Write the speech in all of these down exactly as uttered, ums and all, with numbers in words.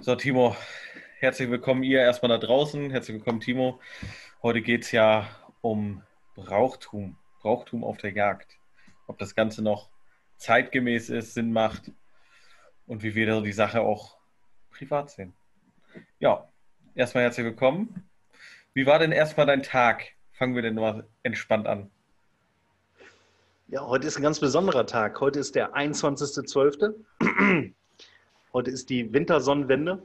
So, Timo, herzlich willkommen ihr erstmal da draußen. Herzlich willkommen, Timo. Heute geht es ja um Brauchtum, Brauchtum auf der Jagd. Ob das Ganze noch zeitgemäß ist, Sinn macht und wie wir die Sache auch privat sehen. Ja, erstmal herzlich willkommen. Wie war denn erstmal dein Tag? Fangen wir denn mal entspannt an. Ja, heute ist ein ganz besonderer Tag. Heute ist der einundzwanzigster zwölfte Heute ist die Wintersonnenwende.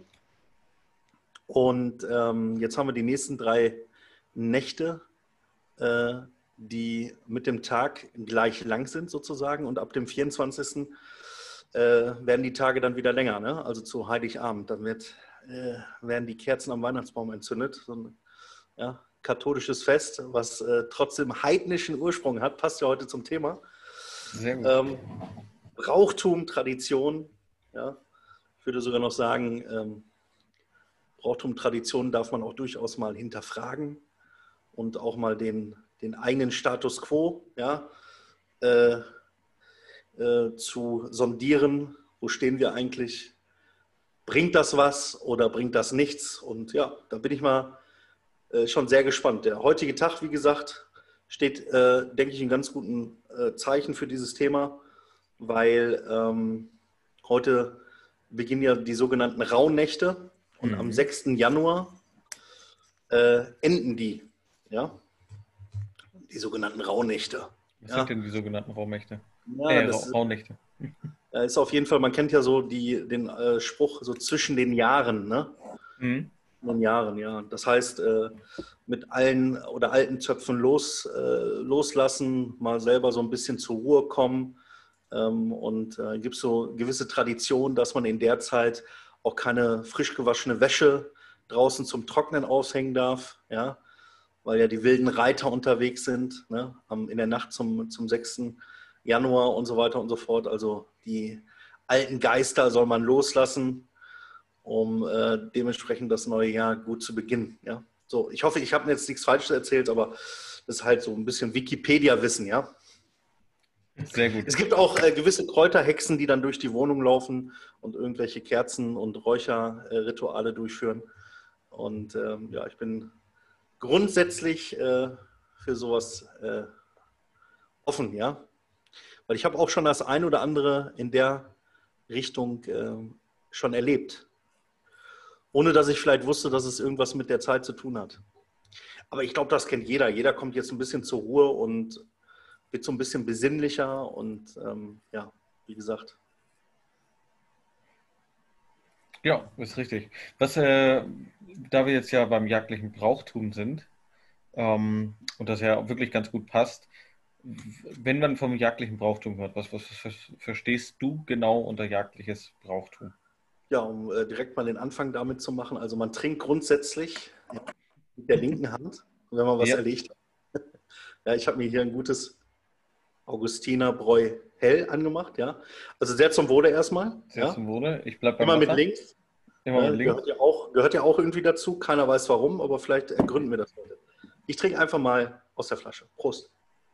Und ähm, jetzt haben wir die nächsten drei Nächte, äh, die mit dem Tag gleich lang sind sozusagen. Und ab dem vierundzwanzigsten Äh, werden die Tage dann wieder länger, ne? Also zu Heiligabend. Dann wird, äh, werden die Kerzen am Weihnachtsbaum entzündet. So ein ja, katholisches Fest, was äh, trotzdem heidnischen Ursprung hat. Passt ja heute zum Thema. Sehr gut. Ähm, Brauchtum, Tradition, ja. Ich würde sogar noch sagen, ähm, Brauchtum, Tradition darf man auch durchaus mal hinterfragen und auch mal den, den eigenen Status quo, ja, äh, äh, zu sondieren. Wo stehen wir eigentlich? Bringt das was oder bringt das nichts? Und ja, da bin ich mal äh, schon sehr gespannt. Der heutige Tag, wie gesagt, steht, äh, denke ich, in ganz guten äh, Zeichen für dieses Thema, weil ähm, heute beginnen ja die sogenannten Rauhnächte und Mhm. am sechsten Januar äh, enden die, ja, die sogenannten Rauhnächte. Was sind Ja, denn die sogenannten Rauhnächte? ja Äh, das Ra Rauhnächte. äh, ist auf jeden Fall, man kennt ja so die, den äh, Spruch so zwischen den Jahren, ne? Mhm. In den Jahren, ja. Das heißt, äh, mit allen oder alten Zöpfen los, äh, loslassen, mal selber so ein bisschen zur Ruhe kommen. Ähm, und äh, gibt es so gewisse Traditionen, dass man in der Zeit auch keine frisch gewaschene Wäsche draußen zum Trocknen aushängen darf, ja, weil ja die wilden Reiter unterwegs sind, ne, am, in der Nacht zum, zum sechsten Januar und so weiter und so fort. Also die alten Geister soll man loslassen, um äh, dementsprechend das neue Jahr gut zu beginnen. Ja? So, ich hoffe, ich habe jetzt nichts Falsches erzählt, aber das ist halt so ein bisschen Wikipedia-Wissen, ja. Sehr gut. Es gibt auch äh, gewisse Kräuterhexen, die dann durch die Wohnung laufen und irgendwelche Kerzen und Räucherrituale durchführen. Und ähm, ja, ich bin grundsätzlich äh, für sowas äh, offen, ja. Weil ich habe auch schon das ein oder andere in der Richtung äh, schon erlebt. Ohne dass ich vielleicht wusste, dass es irgendwas mit der Zeit zu tun hat. Aber ich glaube, das kennt jeder. Jeder kommt jetzt ein bisschen zur Ruhe und wird so ein bisschen besinnlicher und ähm, ja, wie gesagt. Ja, ist richtig. Was, äh, da wir jetzt ja beim jagdlichen Brauchtum sind, ähm, und das ja wirklich ganz gut passt, wenn man vom jagdlichen Brauchtum hört, was, was, was verstehst du genau unter jagdliches Brauchtum? Ja, um äh, direkt mal den Anfang damit zu machen. Also man trinkt grundsätzlich ja, mit der linken Hand, wenn man was Ja, erlegt hat. Ja, ich habe mir hier ein gutes Augustiner Bräu Hell angemacht. Ja. Also sehr zum Wohle erstmal. sehr Ja. zum Wohle. Ich bleibe beim Immer mit Wasser. links. Immer mit Ne, links. gehört ja auch, gehört ja auch irgendwie dazu. Keiner weiß warum, aber vielleicht ergründen wir das heute. Ich trinke einfach mal aus der Flasche. Prost.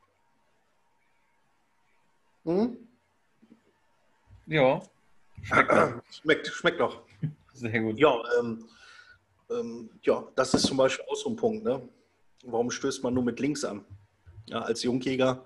Mhm. Ja, schmeckt noch. Schmeckt, schmeckt doch. Sehr gut. Ja, ähm, ähm, ja, das ist zum Beispiel auch so ein Punkt. Ne? Warum stößt man nur mit links an? Ja, als Jungjäger,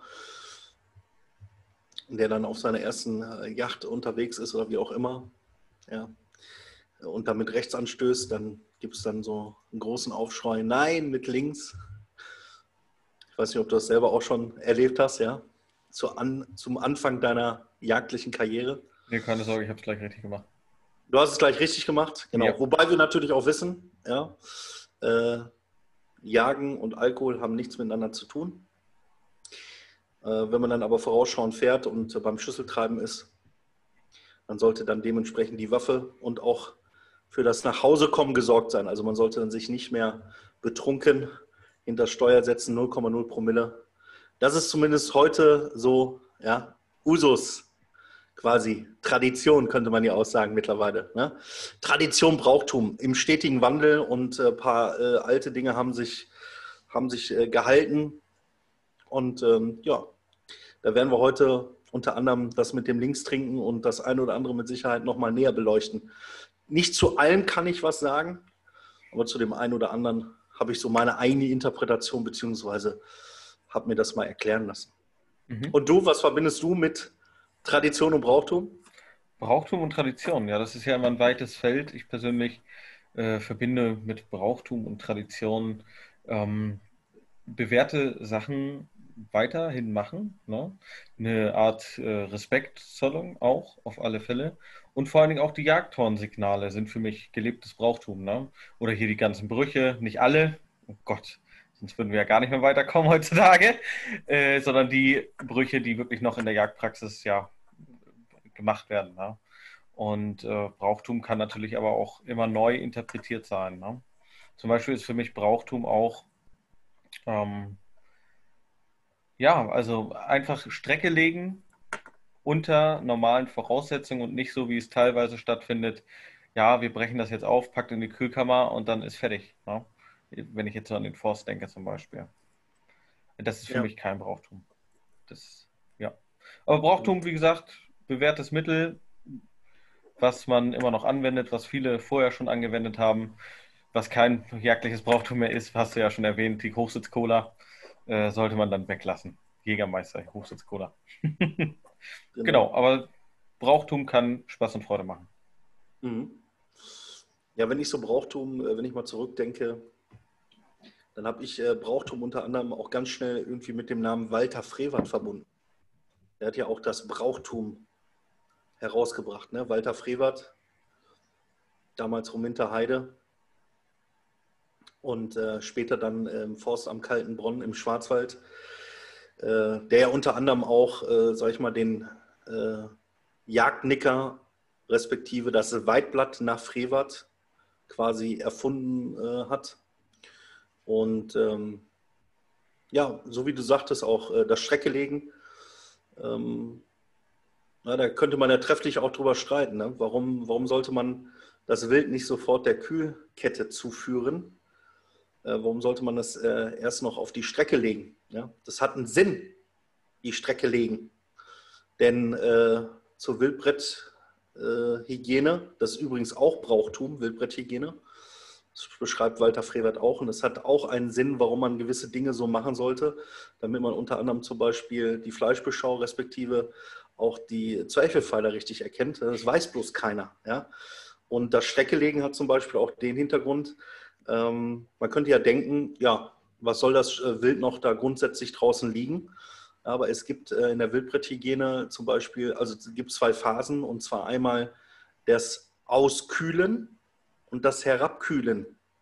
der dann auf seiner ersten äh, Yacht unterwegs ist oder wie auch immer, ja, und damit rechts anstößt, dann gibt es dann so einen großen Aufschrei. Nein, mit links. Ich weiß nicht, ob du das selber auch schon erlebt hast, ja, Zu an, zum Anfang deiner jagdlichen Karriere. Nee, keine Sorge, ich habe es gleich richtig gemacht. Du hast es gleich richtig gemacht, Ja. genau. Wobei wir natürlich auch wissen, ja, äh, Jagen und Alkohol haben nichts miteinander zu tun. Äh, wenn man dann aber vorausschauend fährt und äh, beim Schüsseltreiben ist, dann sollte dann dementsprechend die Waffe und auch für das Nachhausekommen gesorgt sein. Also man sollte dann sich nicht mehr betrunken hinter das Steuer setzen, null Komma null Promille. Das ist zumindest heute so, ja, Usus quasi. Tradition könnte man ja auch sagen mittlerweile. Ne? Tradition, Brauchtum im stetigen Wandel und ein paar äh, alte Dinge haben sich, haben sich äh, gehalten. Und ähm, ja, da werden wir heute unter anderem das mit dem Linkstrinken und das eine oder andere mit Sicherheit nochmal näher beleuchten. nicht zu allem kann ich was sagen, aber zu dem einen oder anderen habe ich so meine eigene Interpretation, beziehungsweise habe mir das mal erklären lassen. Mhm. Und du, was verbindest du mit Tradition und Brauchtum? Brauchtum und Tradition, ja, das ist ja immer ein weites Feld. Ich persönlich äh, verbinde mit Brauchtum und Tradition ähm, bewährte Sachen weiterhin machen, ne? Eine Art äh, Respektzollung auch, auf alle Fälle. Und vor allen Dingen auch die Jagdhornsignale sind für mich gelebtes Brauchtum, ne? Oder hier die ganzen Brüche, nicht alle, oh Gott, sonst würden wir ja gar nicht mehr weiterkommen heutzutage, äh, sondern die Brüche, die wirklich noch in der Jagdpraxis ja gemacht werden, ne? Und äh, Brauchtum kann natürlich aber auch immer neu interpretiert sein, ne? Zum Beispiel ist für mich Brauchtum auch ähm, ja, also einfach Strecke legen unter normalen Voraussetzungen und nicht so, wie es teilweise stattfindet. Ja, wir brechen das jetzt auf, packt in die Kühlkammer und dann ist fertig. Ne? Wenn ich jetzt so an den Forst denke zum Beispiel. Das ist für Ja. mich kein Brauchtum. Das, ja. Aber Brauchtum, wie gesagt, bewährtes Mittel, was man immer noch anwendet, was viele vorher schon angewendet haben, was kein jagdliches Brauchtum mehr ist, hast du ja schon erwähnt, die Hochsitz-Cola äh, sollte man dann weglassen. Jägermeister, Hochsitz-Cola. Genau, Genau. aber Brauchtum kann Spaß und Freude machen. Mhm. Ja, wenn ich so Brauchtum, äh, wenn ich mal zurückdenke, dann habe ich äh, Brauchtum unter anderem auch ganz schnell irgendwie mit dem Namen Walter Frevert verbunden. Der hat ja auch das Brauchtum herausgebracht, ne? Walter Frevert, damals Rominter Heide und äh, später dann äh, im Forst am Kaltenbronn im Schwarzwald, äh, der ja unter anderem auch, äh, sag ich mal, den äh, Jagdnicker respektive das Weidblatt nach Frevert quasi erfunden äh, hat. Und ähm, ja, so wie du sagtest, auch äh, das Streckelegen, ähm, na, da könnte man ja trefflich auch drüber streiten. Ne? Warum, warum sollte man das Wild nicht sofort der Kühlkette zuführen? Äh, warum sollte man das äh, erst noch auf die Strecke legen? Ja? Das hat einen Sinn, die Strecke legen. Denn äh, zur Wildbretthygiene, äh, das ist übrigens auch Brauchtum, Wildbretthygiene, das beschreibt Walter Frevert auch. Und es hat auch einen Sinn, warum man gewisse Dinge so machen sollte, damit man unter anderem zum Beispiel die Fleischbeschau respektive auch die Zweifelpfeiler richtig erkennt. Das weiß bloß keiner. Ja? Und das Streckelegen hat zum Beispiel auch den Hintergrund, ähm, man könnte ja denken, ja, was soll das Wild noch da grundsätzlich draußen liegen? Aber es gibt äh, in der Wildbretthygiene zum Beispiel, also es gibt zwei Phasen, und zwar einmal das Auskühlen und das Herabkühlen.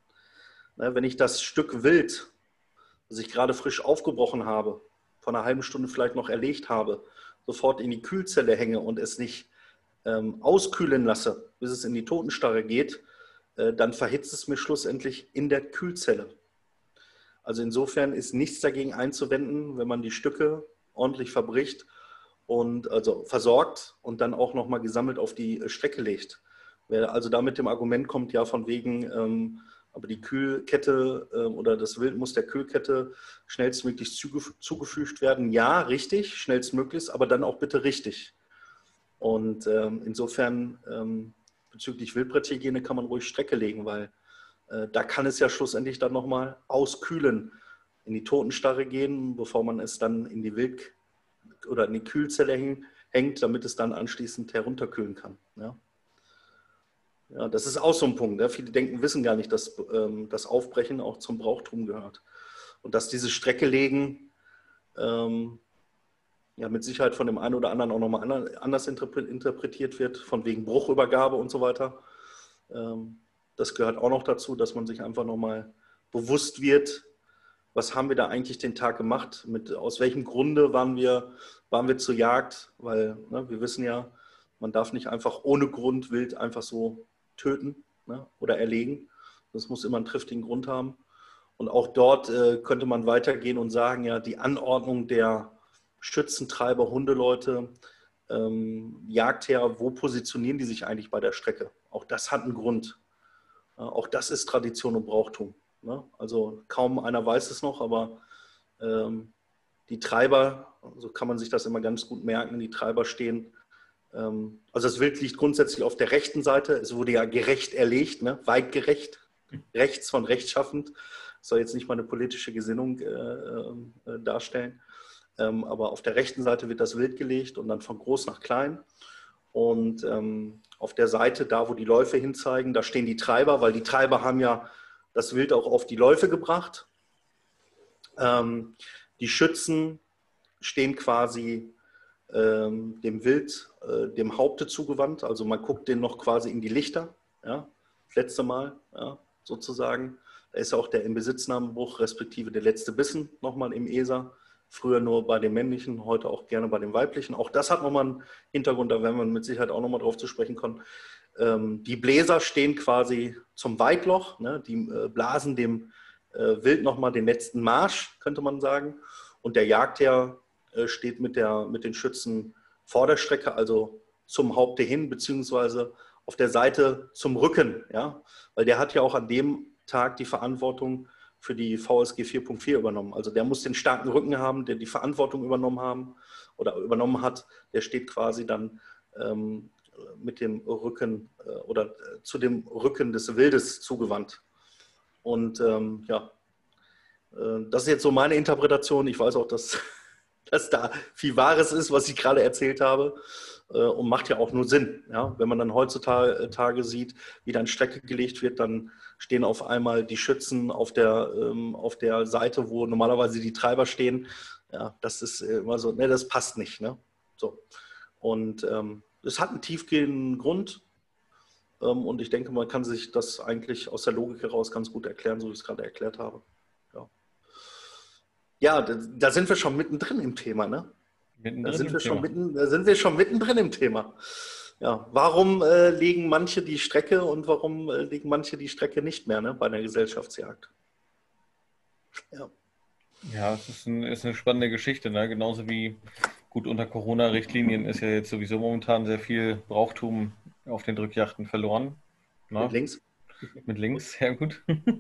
Ne, wenn ich das Stück Wild, das ich gerade frisch aufgebrochen habe, von einer halben Stunde vielleicht noch erlegt habe, sofort in die Kühlzelle hänge und es nicht ähm, auskühlen lasse, bis es in die Totenstarre geht, äh, dann verhitzt es mir schlussendlich in der Kühlzelle. Also insofern ist nichts dagegen einzuwenden, wenn man die Stücke ordentlich verbricht und also versorgt und dann auch nochmal gesammelt auf die Strecke legt. Wer also da mit dem Argument kommt, ja von wegen, ähm, aber die Kühlkette äh, oder das Wild muss der Kühlkette schnellstmöglich zugef zugefügt werden. Ja, richtig, schnellstmöglich, aber dann auch bitte richtig. Und ähm, insofern ähm, bezüglich Wildbretthygiene kann man ruhig Strecke legen, weil äh, da kann es ja schlussendlich dann nochmal auskühlen, in die Totenstarre gehen, bevor man es dann in die Wild- oder in die Kühlzelle hängt, damit es dann anschließend herunterkühlen kann. Ja, ja, das ist auch so ein Punkt. Ja. Viele denken, wissen gar nicht, dass ähm, das Aufbrechen auch zum Brauchtum gehört. Und dass diese Strecke legen ähm, ja mit Sicherheit von dem einen oder anderen auch nochmal anders interpretiert wird, von wegen Bruchübergabe und so weiter. Ähm, das gehört auch noch dazu, dass man sich einfach nochmal bewusst wird, was haben wir da eigentlich den Tag gemacht, mit, aus welchem Grunde waren wir, waren wir zur Jagd, weil ne, wir wissen ja, man darf nicht einfach ohne Grund wild einfach so töten, ne, oder erlegen. Das muss immer einen triftigen Grund haben. Und auch dort äh, könnte man weitergehen und sagen, ja, die Anordnung der Schützentreiber, Hundeleute, ähm, Jagdherr, wo positionieren die sich eigentlich bei der Strecke? Auch das hat einen Grund. Ja, auch das ist Tradition und Brauchtum. Ne? Also kaum einer weiß es noch, aber ähm, die Treiber, so kann man sich das immer ganz gut merken, die Treiber stehen Ähm, also das Wild liegt grundsätzlich auf der rechten Seite. Es wurde ja gerecht erlegt, ne? Weitgerecht, rechts von rechtschaffend. Das soll jetzt nicht mal eine politische Gesinnung äh, äh, darstellen. Ähm, aber auf der rechten Seite wird das Wild gelegt und dann von groß nach klein. Und ähm, auf der Seite, da wo die Läufe hinzeigen, da stehen die Treiber, weil die Treiber haben ja das Wild auch auf die Läufe gebracht. Ähm, die Schützen stehen quasi ähm, dem Wild, äh, dem Haupte zugewandt. Also man guckt den noch quasi in die Lichter, ja, das letzte Mal, ja, sozusagen. Da ist auch der Inbesitznahmebruch, respektive der letzte Bissen nochmal im E S A. Früher nur bei den männlichen, heute auch gerne bei den weiblichen. Auch das hat nochmal einen Hintergrund, da werden wir mit Sicherheit auch nochmal drauf zu sprechen kommen. Ähm, die Bläser stehen quasi zum Weitloch, ne? Die äh, blasen dem äh, Wild nochmal den letzten Marsch, könnte man sagen. Und der Jagdherr äh, steht mit, der, mit den Schützen vor der Strecke, also zum Haupte hin, beziehungsweise auf der Seite zum Rücken. Ja? Weil der hat ja auch an dem Tag die Verantwortung für die V S G vier Punkt vier übernommen. Also der muss den starken Rücken haben, der die Verantwortung übernommen haben oder übernommen hat. Der steht quasi dann ähm, mit dem Rücken äh, oder äh, zu dem Rücken des Wildes zugewandt. Und ähm, ja, äh, das ist jetzt so meine Interpretation. Ich weiß auch, dass, dass da viel Wahres ist, was ich gerade erzählt habe. Und macht ja auch nur Sinn. Ja? Wenn man dann heutzutage sieht, wie dann Strecke gelegt wird, dann stehen auf einmal die Schützen auf der, ähm, auf der Seite, wo normalerweise die Treiber stehen. Ja, das ist immer so, ne, das passt nicht. Ne? So. Und ähm, es hat einen tiefgehenden Grund. Ähm, und ich denke, man kann sich das eigentlich aus der Logik heraus ganz gut erklären, so wie ich es gerade erklärt habe. Ja, ja da, da sind wir schon mittendrin im Thema, ne? Da sind, wir schon mitten, da sind wir schon mittendrin im Thema. Ja, warum äh, legen manche die Strecke und warum äh, legen manche die Strecke nicht mehr, ne, bei einer Gesellschaftsjagd? Ja, ja, es ist, ein, ist eine spannende Geschichte, ne? Genauso wie, gut, unter Corona-Richtlinien ist ja jetzt sowieso momentan sehr viel Brauchtum auf den Drückjachten verloren. Ne? Mit links. Mit links, sehr gut.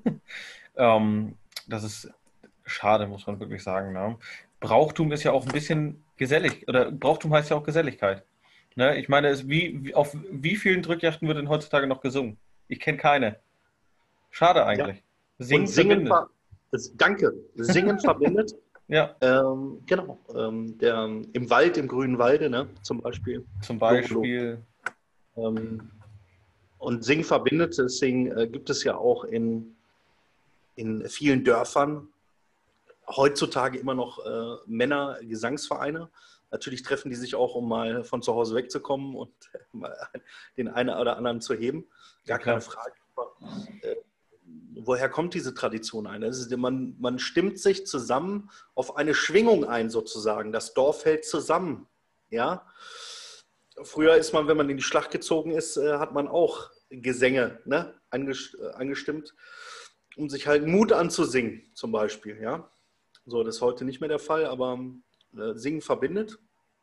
ähm, das ist schade, muss man wirklich sagen. Ne? Brauchtum ist ja auch ein bisschen gesellig, oder Brauchtum heißt ja auch Geselligkeit. Ne? Ich meine, es wie, wie, auf wie vielen Drückjachten wird denn heutzutage noch gesungen? Ich kenne keine. Schade eigentlich. Ja. Singen, singen verbindet. Das, danke. Singen verbindet. Ja. Ähm, genau. Ähm, der, im Wald, im grünen Walde, ne, zum Beispiel. Zum Beispiel. Ähm, und Singen verbindet. Deswegen äh, gibt es ja auch in, in vielen Dörfern heutzutage immer noch äh, Männer-Gesangsvereine. Natürlich treffen die sich auch, um mal von zu Hause wegzukommen und mal den einen oder anderen zu heben. Gar keine Frage. Aber, äh, woher kommt diese Tradition ein? Das ist, man, man stimmt sich zusammen auf eine Schwingung ein, sozusagen. Das Dorf hält zusammen. Ja? Früher ist man, wenn man in die Schlacht gezogen ist, äh, hat man auch Gesänge, ne, angestimmt, um sich halt Mut anzusingen, zum Beispiel. Ja? So, das ist heute nicht mehr der Fall, aber äh, Singen verbindet.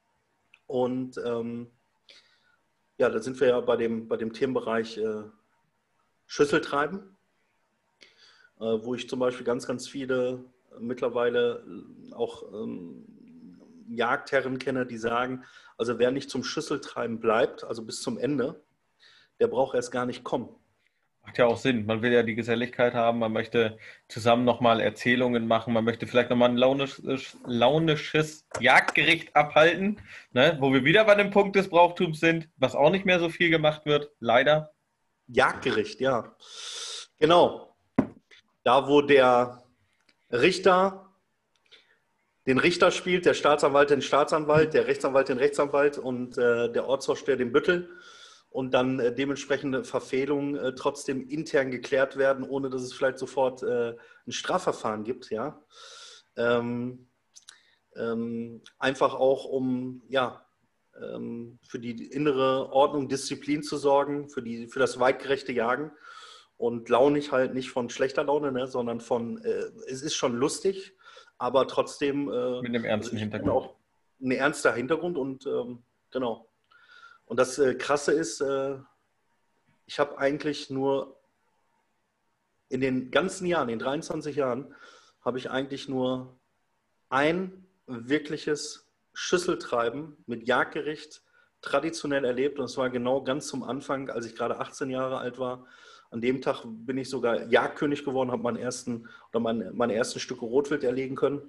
Und ähm, ja, da sind wir ja bei dem, bei dem Themenbereich äh, Schüsseltreiben, äh, wo ich zum Beispiel ganz, ganz viele äh, mittlerweile auch ähm, Jagdherren kenne, die sagen, also wer nicht zum Schüsseltreiben bleibt, also bis zum Ende, der braucht erst gar nicht kommen. Macht ja auch Sinn. Man will ja die Geselligkeit haben, man möchte zusammen nochmal Erzählungen machen, man möchte vielleicht nochmal ein launisches, launisches Jagdgericht abhalten, ne? Wo wir wieder bei dem Punkt des Brauchtums sind, was auch nicht mehr so viel gemacht wird, leider. Jagdgericht, ja. Genau. Da, wo der Richter den Richter spielt, der Staatsanwalt den Staatsanwalt, der Rechtsanwalt den Rechtsanwalt und äh, der Ortsvorsteher den Büttel. Und dann äh, dementsprechende Verfehlungen äh, trotzdem intern geklärt werden, ohne dass es vielleicht sofort äh, ein Strafverfahren gibt. Ja? Ähm, ähm, einfach auch, um ja, ähm, für die innere Ordnung, Disziplin zu sorgen, für, die, für das weitgerechte Jagen. Und launig halt nicht von schlechter Laune, ne, sondern von, äh, es ist schon lustig, aber trotzdem äh, mit einem ernsten also Hintergrund. Auch ein ernster Hintergrund und ähm, genau. Und das äh, Krasse ist, äh, ich habe eigentlich nur in den ganzen Jahren, in den dreiundzwanzig Jahren, habe ich eigentlich nur ein wirkliches Schüsseltreiben mit Jagdgericht traditionell erlebt und es war genau ganz zum Anfang, als ich gerade achtzehn Jahre alt war. An dem Tag bin ich sogar Jagdkönig geworden, habe meinen ersten oder meine, meine ersten Stücke Rotwild erlegen können.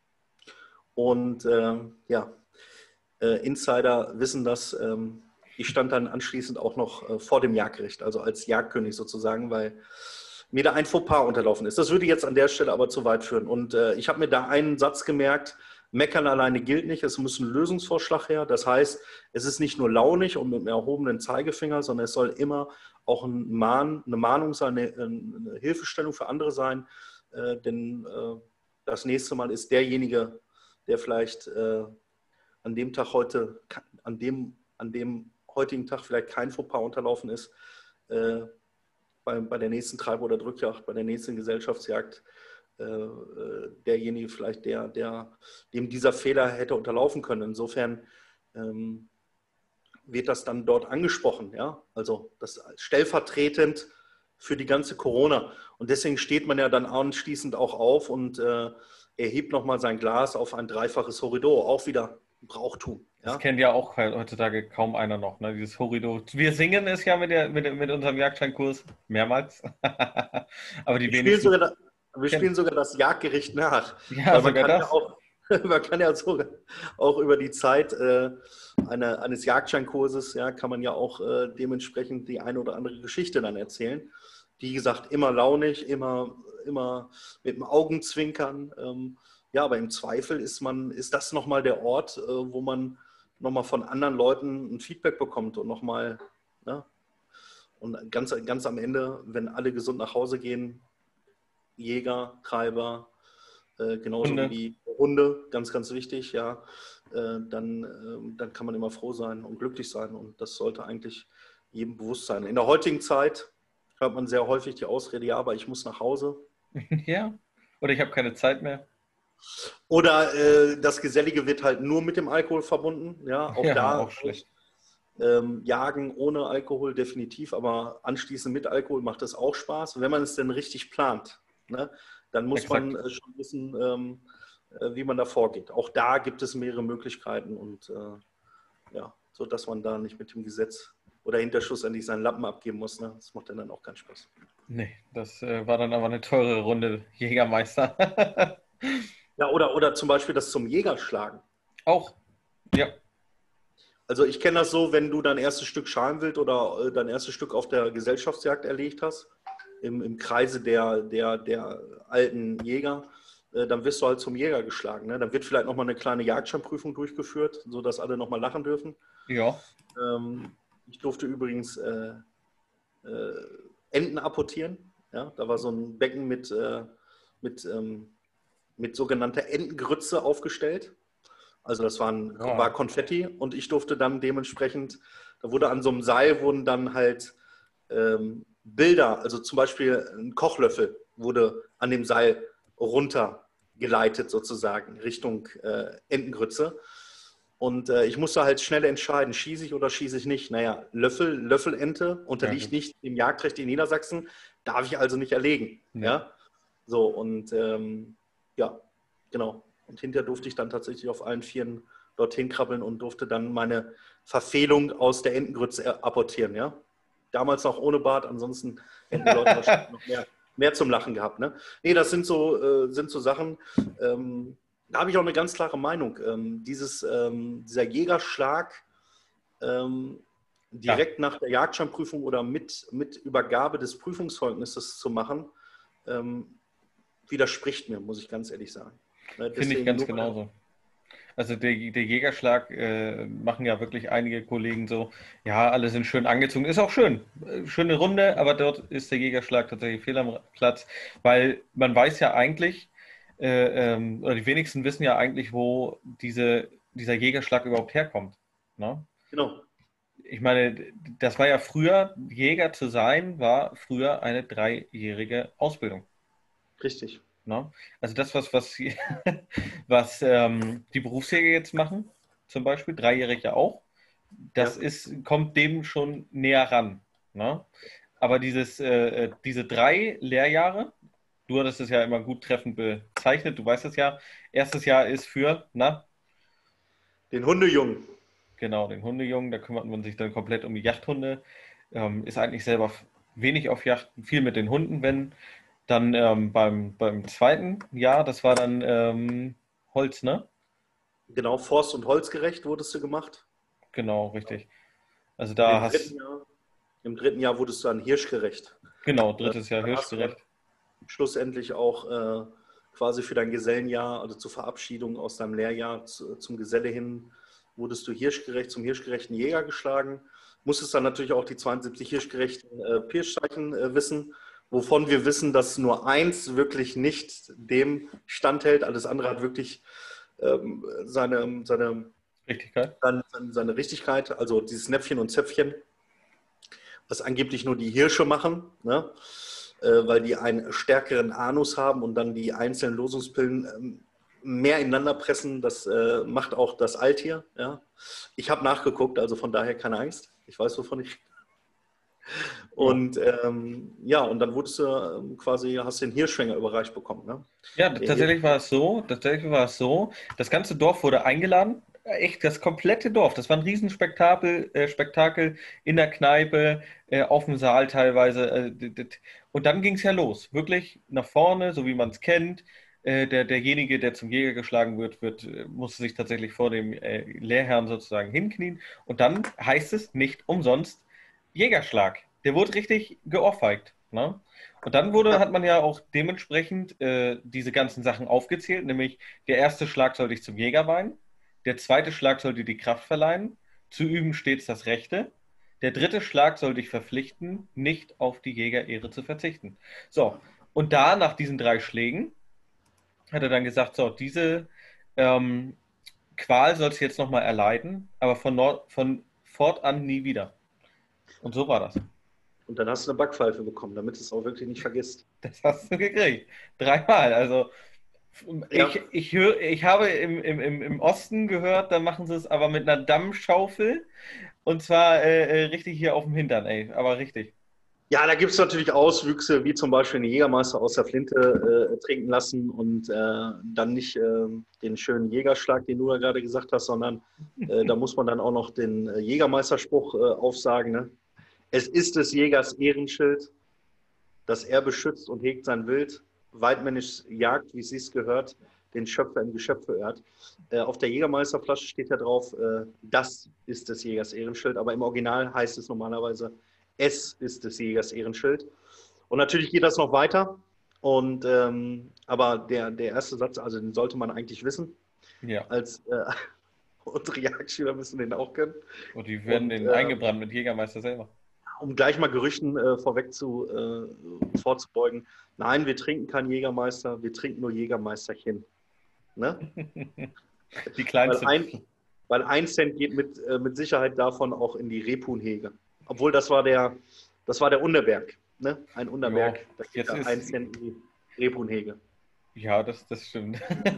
Und äh, ja, äh, Insider wissen das. Ähm, ich stand dann anschließend auch noch äh, vor dem Jagdgericht, also als Jagdkönig sozusagen, weil mir da ein Fauxpas unterlaufen ist. Das würde jetzt an der Stelle aber zu weit führen. Und äh, ich habe mir da einen Satz gemerkt: Meckern alleine gilt nicht, es muss ein Lösungsvorschlag her. Das heißt, es ist nicht nur launig und mit einem erhobenen Zeigefinger, sondern es soll immer auch ein Mahn, eine Mahnung sein, eine, eine Hilfestellung für andere sein. Äh, denn äh, das nächste Mal ist derjenige, der vielleicht äh, an dem Tag heute, an dem, an dem heutigen Tag vielleicht kein Fauxpas unterlaufen ist, äh, bei, bei der nächsten Treib- oder Drückjagd, bei der nächsten Gesellschaftsjagd, äh, derjenige vielleicht, der, der, dem dieser Fehler hätte unterlaufen können. Insofern ähm, wird das dann dort angesprochen, ja, also das stellvertretend für die ganze Corona. Und deswegen steht man ja dann anschließend auch auf und äh, erhebt nochmal sein Glas auf ein dreifaches Horridor, auch wieder Brauchtum. Das Ja? kennt ja auch heutzutage kaum einer noch, ne? Dieses Horridor. Wir singen es ja mit, der, mit, mit unserem Jagdscheinkurs mehrmals. Aber die Wir spielen, wenigsten sogar das, wir kennen. spielen sogar das Jagdgericht nach. Ja, Weil man sogar kann ja das. auch, man kann ja sogar auch über die Zeit äh, eine, eines Jagdscheinkurses, ja, kann man ja auch äh, dementsprechend die eine oder andere Geschichte dann erzählen. Wie gesagt, immer launig, immer, immer mit dem Augenzwinkern. Ähm, ja, aber im Zweifel ist man, ist das nochmal der Ort, äh, wo man nochmal von anderen Leuten ein Feedback bekommt und nochmal, ne? Und ganz, ganz am Ende, wenn alle gesund nach Hause gehen, Jäger, Treiber, äh, genauso wie Hunde. die Hunde, ganz, ganz wichtig, ja, äh, dann, äh, dann kann man immer froh sein und glücklich sein. Und das sollte eigentlich jedem bewusst sein. In der heutigen Zeit hört man sehr häufig die Ausrede: ja, aber ich muss nach Hause. Ja. Oder ich habe keine Zeit mehr. Oder äh, das Gesellige wird halt nur mit dem Alkohol verbunden. Ja, auch Ja, da auch schlecht. ähm, Jagen ohne Alkohol definitiv, aber anschließend mit Alkohol macht es auch Spaß. Und wenn man es denn richtig plant, ne, dann muss Exakt. man äh, schon wissen, ähm, äh, wie man da vorgeht. Auch da gibt es mehrere Möglichkeiten und äh, ja, so dass man da nicht mit dem Gesetz oder hinter schlussendlich seinen Lappen abgeben muss. Ne? Das macht dann auch keinen Spaß. Nee, das äh, war dann aber eine teure Runde Jägermeister. Ja, oder, oder zum Beispiel das zum Jäger schlagen. Auch. Ja. Also ich kenne das so, wenn du dein erstes Stück Schalenwild oder äh, dein erstes Stück auf der Gesellschaftsjagd erlegt hast, im, im Kreise der, der, der alten Jäger, äh, dann wirst du halt zum Jäger geschlagen. Ne? Dann wird vielleicht nochmal eine kleine Jagdscheinprüfung durchgeführt, sodass alle nochmal lachen dürfen. Ja. Ähm, ich durfte übrigens äh, äh, Enten apportieren. Ja? Da war so ein Becken mit, äh, mit, ähm, mit sogenannter Entengrütze aufgestellt. Also das waren, Wow. war Konfetti und ich durfte dann dementsprechend, da wurde an so einem Seil wurden dann halt ähm, Bilder, also zum Beispiel ein Kochlöffel wurde an dem Seil runtergeleitet sozusagen Richtung äh, Entengrütze. Und äh, ich musste halt schnell entscheiden, schieße ich oder schieße ich nicht. Naja, Löffel, Löffelente unterliegt Ja, nicht dem Jagdrecht in Niedersachsen, darf ich also nicht erlegen. nee. Ja, so und ähm, ja, genau. Und hinterher durfte ich dann tatsächlich auf allen Vieren dorthin krabbeln und durfte dann meine Verfehlung aus der Entengrütze apportieren. Ja? Damals noch ohne Bart, ansonsten hätten die Leute wahrscheinlich noch mehr, mehr zum Lachen gehabt. Ne? Nee, das sind so, äh, sind so Sachen, ähm, da habe ich auch eine ganz klare Meinung. Ähm, dieses, ähm, dieser Jägerschlag ähm, direkt Ja. nach der Jagdscheinprüfung oder mit, mit Übergabe des Prüfungszeugnisses zu machen, ähm, widerspricht mir, muss ich ganz ehrlich sagen. Ne, Finde ich deswegen ganz nur meine, genauso. Also der, der Jägerschlag äh, machen ja wirklich einige Kollegen so, ja, alle sind schön angezogen. Ist auch schön. Äh, Schöne Runde, aber dort ist der Jägerschlag tatsächlich fehl am Platz, weil man weiß ja eigentlich, äh, ähm, oder die wenigsten wissen ja eigentlich, wo diese, dieser Jägerschlag überhaupt herkommt. Ne? genau, Ich meine, das war ja früher, Jäger zu sein, war früher eine dreijährige Ausbildung. richtig. Ne? Also das, was, was, was ähm, die Berufsjäger jetzt machen, zum Beispiel, dreijährig ja auch, das Ja, ist, kommt dem schon näher ran. Ne? Aber dieses, äh, diese drei Lehrjahre, du hattest es ja immer gut treffend bezeichnet, du weißt es ja, erstes Jahr ist für, na, den Hundejungen. genau, den Hundejungen, da kümmert man sich dann komplett um die Jagdhunde. Ähm, ist eigentlich selber wenig auf Yachten, viel mit den Hunden, wenn. Dann ähm, beim, beim zweiten Jahr, das war dann ähm, Holz, ne? Genau, forst- und holzgerecht wurdest du gemacht. Genau, richtig. Also Und da im hast, dritten Jahr, im dritten Jahr wurdest du dann hirschgerecht. genau, Äh, drittes Jahr Dann hast du dann hirschgerecht. schlussendlich auch äh, quasi für dein Gesellenjahr, also zur Verabschiedung aus deinem Lehrjahr zu, zum Geselle hin, wurdest du hirschgerecht zum hirschgerechten Jäger geschlagen. Musstest dann natürlich auch die zweiundsiebzig hirschgerechten äh, Pirschzeichen äh, wissen, wovon wir wissen, dass nur eins wirklich nicht dem standhält. Alles andere hat wirklich ähm, seine, seine, Richtigkeit? seine, seine Richtigkeit. Also dieses Näpfchen und Zäpfchen, was angeblich nur die Hirsche machen, ne? äh, weil die einen stärkeren Anus haben und dann die einzelnen Losungspillen ähm, mehr ineinander pressen. Das äh, macht auch das Altier. Ja? Ich habe nachgeguckt, also von daher keine Angst. Ich weiß, wovon ich. Ja. Und ähm, ja, und dann wurdest du ähm, quasi, hast den Hirschschwänger überreicht bekommen. Ne? Ja, Der Hirsch, tatsächlich war es so, tatsächlich war es so, das ganze Dorf wurde eingeladen, echt das komplette Dorf, das war ein Riesenspektakel, äh, Spektakel in der Kneipe, äh, auf dem Saal teilweise, äh, d- d- und dann ging es ja los, wirklich nach vorne, so wie man es kennt, äh, der, derjenige, der zum Jäger geschlagen wird, wird, äh, musste sich tatsächlich vor dem äh, Lehrherrn sozusagen hinknien und dann heißt es nicht umsonst Jägerschlag, der wurde richtig geohrfeigt, ne? Und dann wurde, hat man ja auch dementsprechend äh, diese ganzen Sachen aufgezählt, nämlich der erste Schlag soll dich zum Jäger weihen, der zweite Schlag soll dir die Kraft verleihen, zu üben stets das Rechte, der dritte Schlag soll dich verpflichten, nicht auf die Jägerehre zu verzichten. So, und da nach diesen drei Schlägen hat er dann gesagt, so, diese ähm, Qual sollst du jetzt nochmal erleiden, aber von, Nord von fortan nie wieder. Und so war das. und dann hast du eine Backpfeife bekommen, damit es auch wirklich nicht vergisst. Das hast du gekriegt. Dreimal. Also Ja, Ich, ich, hör, ich habe im, im, im im Osten gehört, da machen sie es aber mit einer Dammschaufel und zwar äh, äh, richtig hier auf dem Hintern, ey, aber richtig. Ja, da gibt es natürlich Auswüchse, wie zum Beispiel einen Jägermeister aus der Flinte äh, trinken lassen und äh, dann nicht äh, den schönen Jägerschlag, den du da gerade gesagt hast, sondern äh, da muss man dann auch noch den äh, Jägermeisterspruch äh, aufsagen. Ne? Es ist des Jägers Ehrenschild, dass er beschützt und hegt sein Wild, weitmännisch jagt, wie es sich gehört, den Schöpfer im Geschöpfe ehrt. Äh, auf der Jägermeisterflasche steht ja drauf, äh, das ist des Jägers Ehrenschild, aber im Original heißt es normalerweise, es ist des Jägers Ehrenschild. Und natürlich geht das noch weiter. Und, ähm, aber der, der erste Satz, also den sollte man eigentlich wissen. Ja. Als äh, unsere Jagdschüler müssen den auch können. Und die werden Und den äh, eingebrannt mit Jägermeister selber. um gleich mal Gerüchten äh, vorweg zu, äh, vorzubeugen, nein, wir trinken kein Jägermeister, wir trinken nur Jägermeisterchen. Ne? Die Weil, kleinste. ein, weil ein Cent geht mit, äh, mit Sicherheit davon auch in die Rebhuhnhege. Obwohl das war der, das war der Unterberg. Ne? Ein Unterberg, Jo, da geht jetzt da ist. ein Cent in die Rebhuhnhege. Ja, das, das stimmt.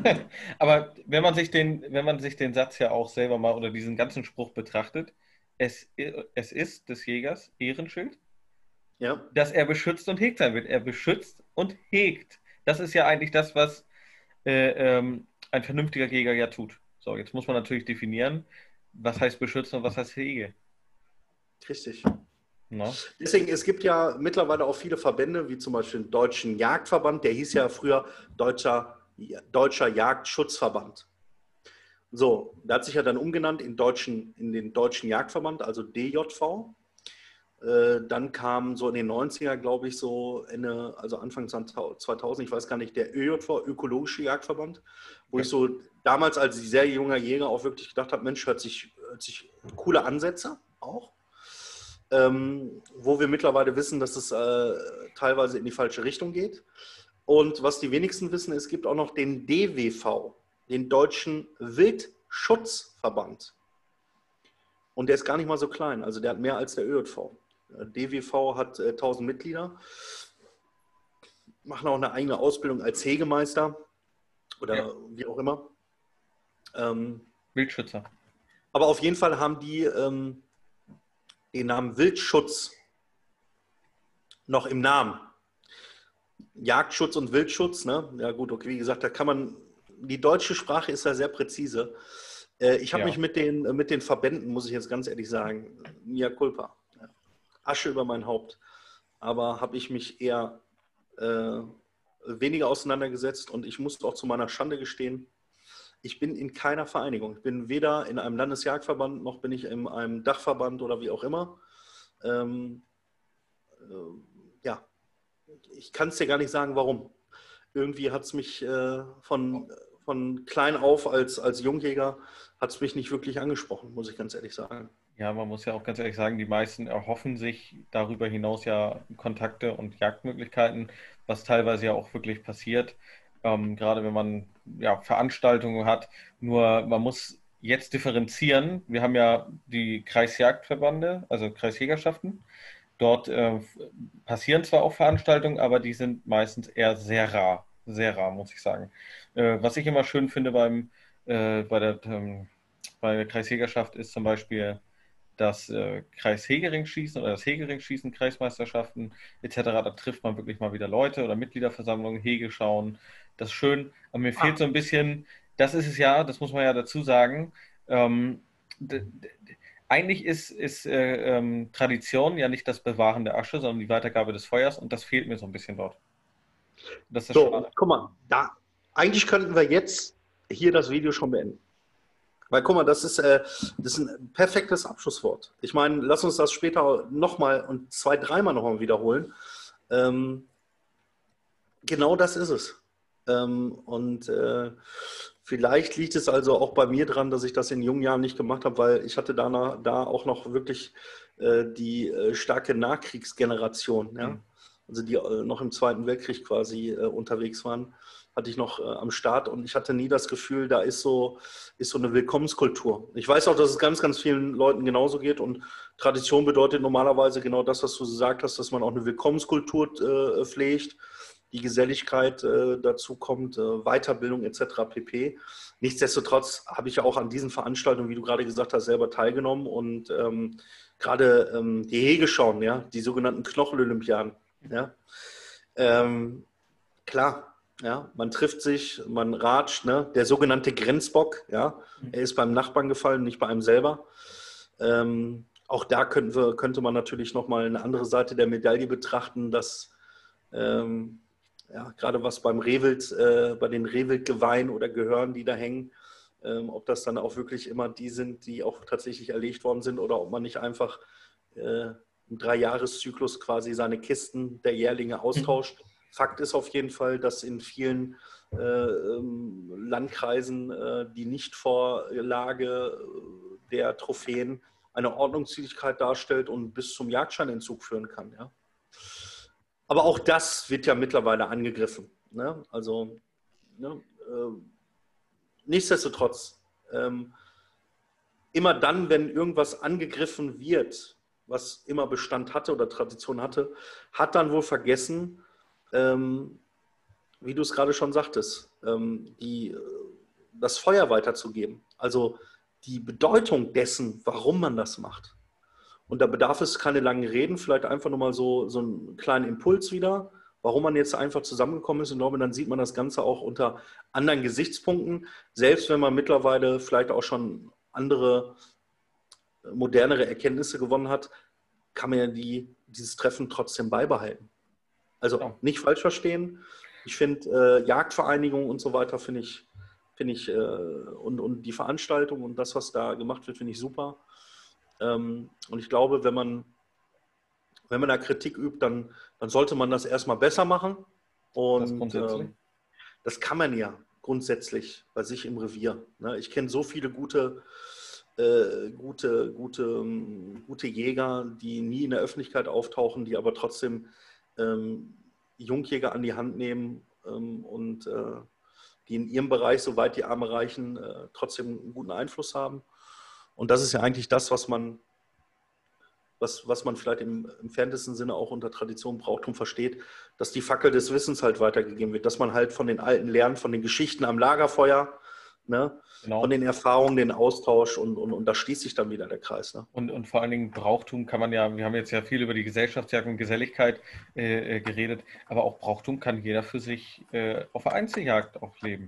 Aber wenn man sich den, wenn man sich den Satz ja auch selber mal oder diesen ganzen Spruch betrachtet, es, es ist des Jägers Ehrenschild, Ja, dass er beschützt und hegt sein wird. Er beschützt und hegt. Das ist ja eigentlich das, was äh, ähm, ein vernünftiger Jäger ja tut. So, jetzt muss man natürlich definieren, was heißt beschützen und was heißt hege. richtig. Na? Deswegen, es gibt ja mittlerweile auch viele Verbände, wie zum Beispiel den Deutschen Jagdverband, der hieß ja früher Deutscher, Deutscher Jagdschutzverband. So, der hat sich ja dann umgenannt in, Deutschen, in den Deutschen Jagdverband, also D J V. Äh, dann kam so in den neunziger, glaube ich, so Ende, also Anfang zweitausend, ich weiß gar nicht, der Ö J V, Ökologische Jagdverband, wo Ja. ich so damals als sehr junger Jäger auch wirklich gedacht habe, Mensch, hört sich, hört sich coole Ansätze auch. Ähm, wo wir mittlerweile wissen, dass es äh, teilweise in die falsche Richtung geht. Und was die wenigsten wissen, es gibt auch noch den D W V, den Deutschen Wildschutzverband. Und der ist gar nicht mal so klein, also der hat mehr als der Ö J V. D W V hat äh, tausend Mitglieder, machen auch eine eigene Ausbildung als Hegemeister oder Ja. wie auch immer. Ähm, Wildschützer. aber auf jeden Fall haben die ähm, den Namen Wildschutz noch im Namen. Jagdschutz und Wildschutz, ne? Ja gut, okay, wie gesagt, da kann man, die deutsche Sprache ist ja sehr präzise. Äh, ich habe Ja. mich mit den, mit den Verbänden, muss ich jetzt ganz ehrlich sagen, mea culpa. Ja. Asche über mein Haupt. Aber habe ich mich eher äh, weniger auseinandergesetzt und ich muss auch zu meiner Schande gestehen, ich bin in keiner Vereinigung. Ich bin weder in einem Landesjagdverband noch bin ich in einem Dachverband oder wie auch immer. Ähm, äh, ja, ich kann es dir gar nicht sagen, warum. Irgendwie hat es mich äh, von, von klein auf als, als Jungjäger hat es mich nicht wirklich angesprochen, muss ich ganz ehrlich sagen. Ja, man muss ja auch ganz ehrlich sagen, die meisten erhoffen sich darüber hinaus ja Kontakte und Jagdmöglichkeiten, was teilweise ja auch wirklich passiert. Ähm, gerade wenn man ja Veranstaltungen hat. Nur man muss jetzt differenzieren. Wir haben ja die Kreisjagdverbände, also Kreisjägerschaften. Dort äh, passieren zwar auch Veranstaltungen, aber die sind meistens eher sehr rar. Sehr rar, muss ich sagen. Äh, was ich immer schön finde beim, äh, bei der, ähm, bei der Kreisjägerschaft ist zum Beispiel das äh, Kreishegering-Schießen oder das Hegering-Schießen, Kreismeisterschaften et cetera. Da trifft man wirklich mal wieder Leute oder Mitgliederversammlungen, Hege schauen. Das ist schön. Aber mir fehlt so ein bisschen, das ist es ja, das muss man ja dazu sagen. Ähm, d- d- eigentlich ist, ist äh, ähm, Tradition ja nicht das Bewahren der Asche, sondern die Weitergabe des Feuers und das fehlt mir so ein bisschen dort. Das ist So, schade. guck mal, da, eigentlich könnten wir jetzt hier das Video schon beenden. Weil guck mal, das ist, äh, das ist ein perfektes Abschlusswort. Ich meine, lass uns das später nochmal und zwei, dreimal nochmal wiederholen. Ähm, genau das ist es. Ähm, und äh, vielleicht liegt es also auch bei mir dran, dass ich das in jungen Jahren nicht gemacht habe, weil ich hatte da, da auch noch wirklich äh, die äh, starke Nachkriegsgeneration, ja? Hm. Also die äh, noch im Zweiten Weltkrieg quasi äh, unterwegs waren, hatte ich noch äh, am Start und ich hatte nie das Gefühl, da ist so, ist so eine Willkommenskultur. Ich weiß auch, dass es ganz, ganz vielen Leuten genauso geht und Tradition bedeutet normalerweise genau das, was du gesagt hast, dass man auch eine Willkommenskultur äh, pflegt, die Geselligkeit äh, dazu kommt, äh, Weiterbildung et cetera pp. Nichtsdestotrotz habe ich ja auch an diesen Veranstaltungen, wie du gerade gesagt hast, selber teilgenommen und ähm, gerade ähm, die Hegeschauen, ja, die sogenannten Knochenolympiaden, ja, ähm, klar, ja, man trifft sich, man ratscht, ne, der sogenannte Grenzbock, ja, er ist beim Nachbarn gefallen, nicht bei einem selber. Ähm, auch da könnten wir, könnte man natürlich nochmal eine andere Seite der Medaille betrachten, dass ähm, ja, gerade was beim Rehwild, äh, bei den Rehwildgeweihen oder Gehören, die da hängen, ähm, ob das dann auch wirklich immer die sind, die auch tatsächlich erlegt worden sind oder ob man nicht einfach äh, im Dreijahreszyklus quasi seine Kisten der Jährlinge austauscht. Fakt ist auf jeden Fall, dass in vielen äh, ähm, Landkreisen äh, die Nichtvorlage der Trophäen eine Ordnungswidrigkeit darstellt und bis zum Jagdscheinentzug führen kann. Ja? Aber auch das wird ja mittlerweile angegriffen. Ne? Also ne, äh, nichtsdestotrotz, ähm, immer dann, wenn irgendwas angegriffen wird, was immer Bestand hatte oder Tradition hatte, hat dann wohl vergessen, ähm, wie du es gerade schon sagtest, ähm, die, das Feuer weiterzugeben. Also die Bedeutung dessen, warum man das macht. Und da bedarf es keine langen Reden, vielleicht einfach nur mal so, so einen kleinen Impuls wieder, warum man jetzt einfach zusammengekommen ist. Und ich glaube, dann sieht man das Ganze auch unter anderen Gesichtspunkten, selbst wenn man mittlerweile vielleicht auch schon andere, modernere Erkenntnisse gewonnen hat, kann man ja die, dieses Treffen trotzdem beibehalten. Also Ja. nicht falsch verstehen. Ich finde äh, Jagdvereinigungen und so weiter finde ich, finde ich äh, und, und die Veranstaltung und das, was da gemacht wird, finde ich super. Ähm, und ich glaube, wenn man, wenn man da Kritik übt, dann, dann sollte man das erstmal besser machen. Das Und grundsätzlich. ähm, das kann man ja grundsätzlich bei sich im Revier. Ne? Ich kenne so viele gute, äh, gute, gute, ähm, gute Jäger, die nie in der Öffentlichkeit auftauchen, die aber trotzdem ähm, Jungjäger an die Hand nehmen ähm, und äh, die in ihrem Bereich, soweit die Arme reichen, äh, trotzdem einen guten Einfluss haben. Und das ist ja eigentlich das, was man, was, was man vielleicht im entferntesten Sinne auch unter Tradition, Brauchtum versteht, dass die Fackel des Wissens halt weitergegeben wird, dass man halt von den Alten lernt, von den Geschichten am Lagerfeuer, ne? Von Genau. den Erfahrungen, den Austausch und, und, und da schließt sich dann wieder der Kreis. Ne? Und, und vor allen Dingen Brauchtum kann man ja, wir haben jetzt ja viel über die Gesellschaftsjagd und Geselligkeit äh, äh, geredet, aber auch Brauchtum kann jeder für sich äh, auf der Einzeljagd auch leben.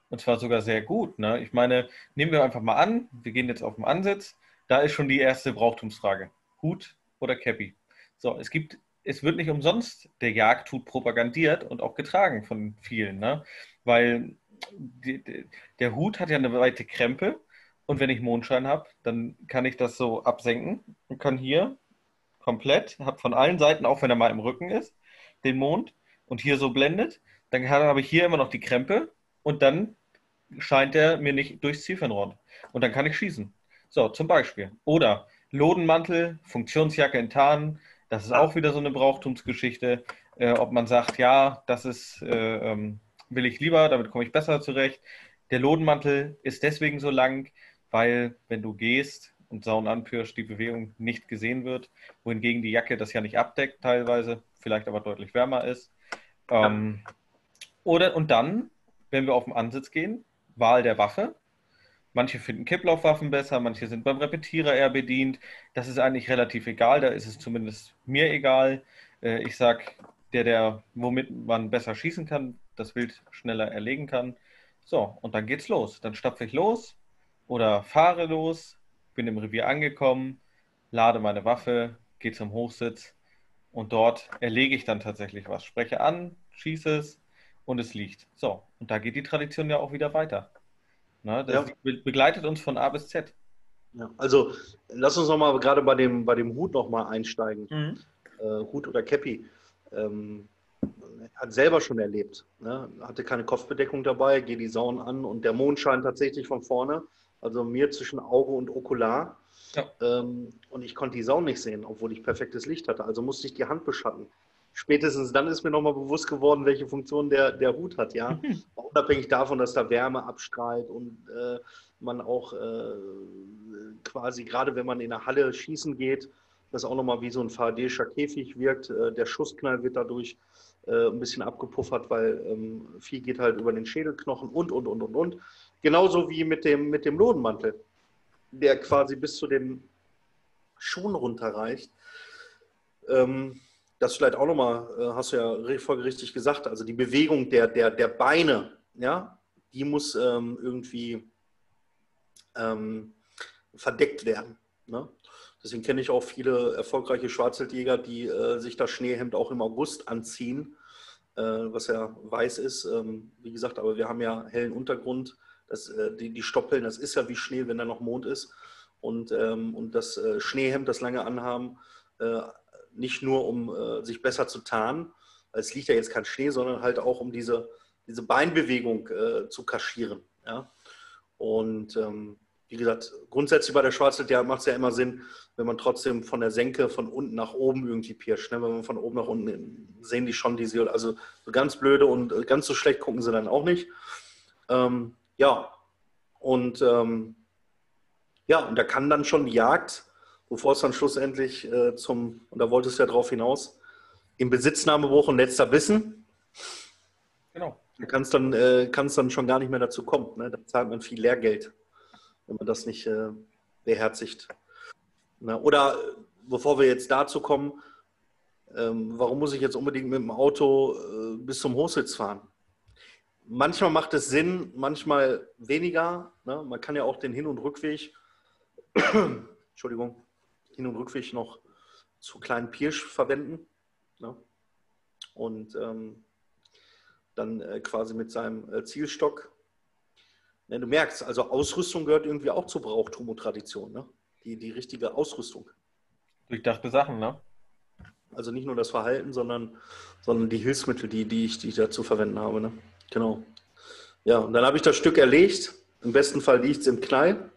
Und zwar sogar sehr gut. Ne? Ich meine, nehmen wir einfach mal an, wir gehen jetzt auf den Ansitz. Da ist schon die erste Brauchtumsfrage. Hut oder Käppi? So, es gibt, es wird nicht umsonst der Jagdhut propagandiert und auch getragen von vielen, ne? Weil die, die, der Hut hat ja eine weite Krempe und wenn ich Mondschein habe, dann kann ich das so absenken und kann hier komplett, habe von allen Seiten, auch wenn er mal im Rücken ist, den Mond und hier so blendet, dann habe ich hier immer noch die Krempe und dann scheint er mir nicht durchs Zielfernrohr. Und dann kann ich schießen. So, zum Beispiel. Oder Lodenmantel, Funktionsjacke in Tarn, das ist auch wieder so eine Brauchtumsgeschichte. Äh, ob man sagt, ja, das ist, äh, ähm, will ich lieber, damit komme ich besser zurecht. Der Lodenmantel ist deswegen so lang, weil wenn du gehst und Sauen anpirschst, die Bewegung nicht gesehen wird, wohingegen die Jacke das ja nicht abdeckt teilweise, vielleicht aber deutlich wärmer ist. Ähm, oder, und dann, wenn wir auf den Ansitz gehen, Wahl der Waffe. Manche finden Kipplaufwaffen besser, manche sind beim Repetierer eher bedient. Das ist eigentlich relativ egal, da ist es zumindest mir egal. Äh, ich sag, der, der, womit man besser schießen kann, das Wild schneller erlegen kann. So, und dann geht's los. Dann stapfe ich los oder fahre los, bin im Revier angekommen, lade meine Waffe, gehe zum Hochsitz und dort erlege ich dann tatsächlich was. Spreche an, schieße es und es liegt. So, und da geht die Tradition ja auch wieder weiter. Ne? Das Ja. begleitet uns von A bis Z. Ja, also lass uns noch mal gerade bei dem, bei dem Hut noch mal einsteigen. Mhm. Äh, Hut oder Käppi. Ähm, hat selber schon erlebt. Ne? Hatte keine Kopfbedeckung dabei, gehe die Sauen an und der Mond scheint tatsächlich von vorne, also mir zwischen Auge und Okular. Ja. Ähm, und ich konnte die Sauen nicht sehen, obwohl ich perfektes Licht hatte. Also musste ich die Hand beschatten. Spätestens dann ist mir nochmal bewusst geworden, welche Funktion der, der Hut hat. Ja? Mhm. Unabhängig davon, dass da Wärme abstrahlt und äh, man auch äh, quasi, gerade wenn man in der Halle schießen geht, das auch nochmal wie so ein faradäischer Käfig wirkt. Äh, der Schussknall wird dadurch äh, ein bisschen abgepuffert, weil ähm, viel geht halt über den Schädelknochen und, und, und, und, und. Genauso wie mit dem, mit dem Lodenmantel, der quasi bis zu den Schuhen runterreicht. Ähm, das vielleicht auch nochmal, äh, hast du ja folgerichtig gesagt, also die Bewegung der, der, der Beine, ja, die muss ähm, irgendwie ähm, verdeckt werden. Ne? Deswegen kenne ich auch viele erfolgreiche Schwarzwildjäger, die äh, sich das Schneehemd auch im August anziehen, äh, was ja weiß ist. Ähm, wie gesagt, aber wir haben ja hellen Untergrund. Das, äh, die, die Stoppeln, das ist ja wie Schnee, wenn da noch Mond ist. Und, ähm, und das äh, Schneehemd, das lange anhaben, äh, nicht nur um äh, sich besser zu tarnen, es liegt ja jetzt kein Schnee, sondern halt auch um diese, diese Beinbewegung äh, zu kaschieren. Ja? Und ähm, wie gesagt, grundsätzlich bei der Schwarzwildjagd macht es ja immer Sinn, wenn man trotzdem von der Senke von unten nach oben irgendwie pirscht. Ne? Wenn man von oben nach unten, sehen die schon diese, also so ganz blöde und ganz so schlecht gucken sie dann auch nicht. Ähm, ja, und ähm, ja, und da kann dann schon die Jagd, bevor es dann schlussendlich äh, zum, und da wolltest du ja drauf hinaus, im Besitznahmebruch und letzter Bissen, Genau. da kann es dann, äh, dann schon gar nicht mehr dazu kommen. Ne? Da zahlt man viel Lehrgeld, wenn man das nicht äh, beherzigt. Na, oder äh, bevor wir jetzt dazu kommen, ähm, warum muss ich jetzt unbedingt mit dem Auto äh, bis zum Hochsitz fahren? Manchmal macht es Sinn, manchmal weniger. Ne? Man kann ja auch den Hin- und Rückweg, Entschuldigung, Hin- und Rückweg noch zu kleinen Pirsch verwenden. Ne? Und ähm, dann äh, quasi mit seinem äh, Zielstock. Ne, du merkst, also Ausrüstung gehört irgendwie auch zur Brauchtum und Tradition. Ne? Die, die richtige Ausrüstung. Durchdachte Sachen, ne? Also nicht nur das Verhalten, sondern, sondern die Hilfsmittel, die, die, ich, die ich da zu verwenden habe. Ne? Genau. Ja, und dann habe ich das Stück erlegt. Im besten Fall liegt es im Knall.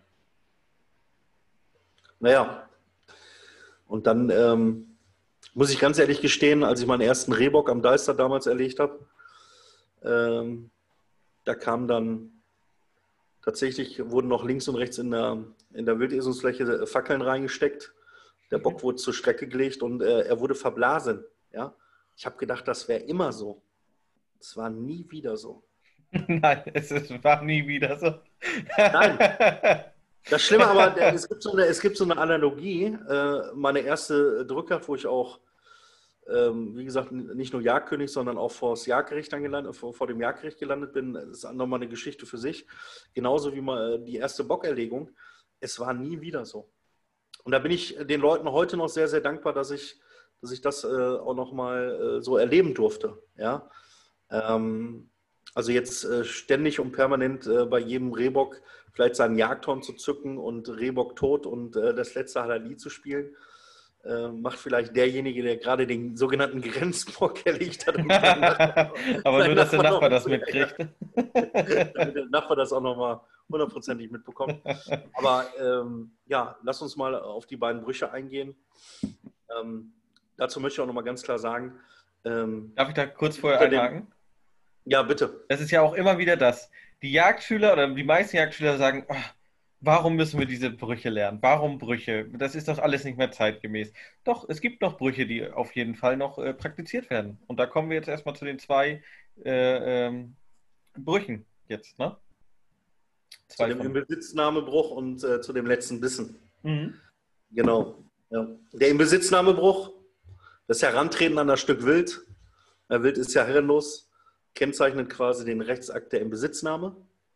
Naja, und dann ähm, muss ich ganz ehrlich gestehen, als ich meinen ersten Rehbock am Deister damals erlegt habe, ähm, da kam dann tatsächlich, wurden noch links und rechts in der, in der Wildesungsfläche Fackeln reingesteckt. Der Bock wurde zur Strecke gelegt und äh, er wurde verblasen. Ja? Ich habe gedacht, das wäre immer so. Es war nie wieder so. Nein, es ist, war nie wieder so. Nein. Das Schlimme aber, es gibt so eine, es gibt so eine Analogie. Äh, meine erste Drückjagd, wo ich auch ähm, wie gesagt, nicht nur Jagdkönig, sondern auch vor, das Jagdgericht dann gelandet, vor, vor dem Jagdgericht gelandet bin. Das ist nochmal eine Geschichte für sich. Genauso wie mal die erste Bockerlegung. Es war nie wieder so. Und da bin ich den Leuten heute noch sehr, sehr dankbar, dass ich, dass ich das äh, auch nochmal äh, so erleben durfte. Ja? Ähm, also jetzt äh, ständig und permanent äh, bei jedem Rehbock vielleicht seinen Jagdhorn zu zücken und Rehbock tot und äh, das letzte Halali zu spielen, äh, macht vielleicht derjenige, der gerade den sogenannten Grenzbock erlegt hat. Aber nur, dass der Nachbar das mitkriegt. Damit der Nachbar das auch nochmal hundertprozentig mitbekommt. Aber ähm, ja, lass uns mal auf die beiden Brüche eingehen. Ähm, dazu möchte ich auch nochmal ganz klar sagen. Ähm, Darf ich da kurz vorher einhaken? Ja, bitte. Das ist ja auch immer wieder das. Die Jagdschüler oder die meisten Jagdschüler sagen, oh, warum müssen wir diese Brüche lernen? Warum Brüche? Das ist doch alles nicht mehr zeitgemäß. Doch, es gibt noch Brüche, die auf jeden Fall noch äh, praktiziert werden. Und da kommen wir jetzt erstmal zu den zwei äh, ähm, Brüchen jetzt, ne? Zwei zu dem Inbesitznahmebruch und äh, zu dem letzten Bissen. Mhm. Genau. Ja. Der Inbesitznahmebruch, das Herantreten an das Stück Wild. Der Wild ist ja herrenlos, kennzeichnet quasi den Rechtsakt der Inbesitznahme.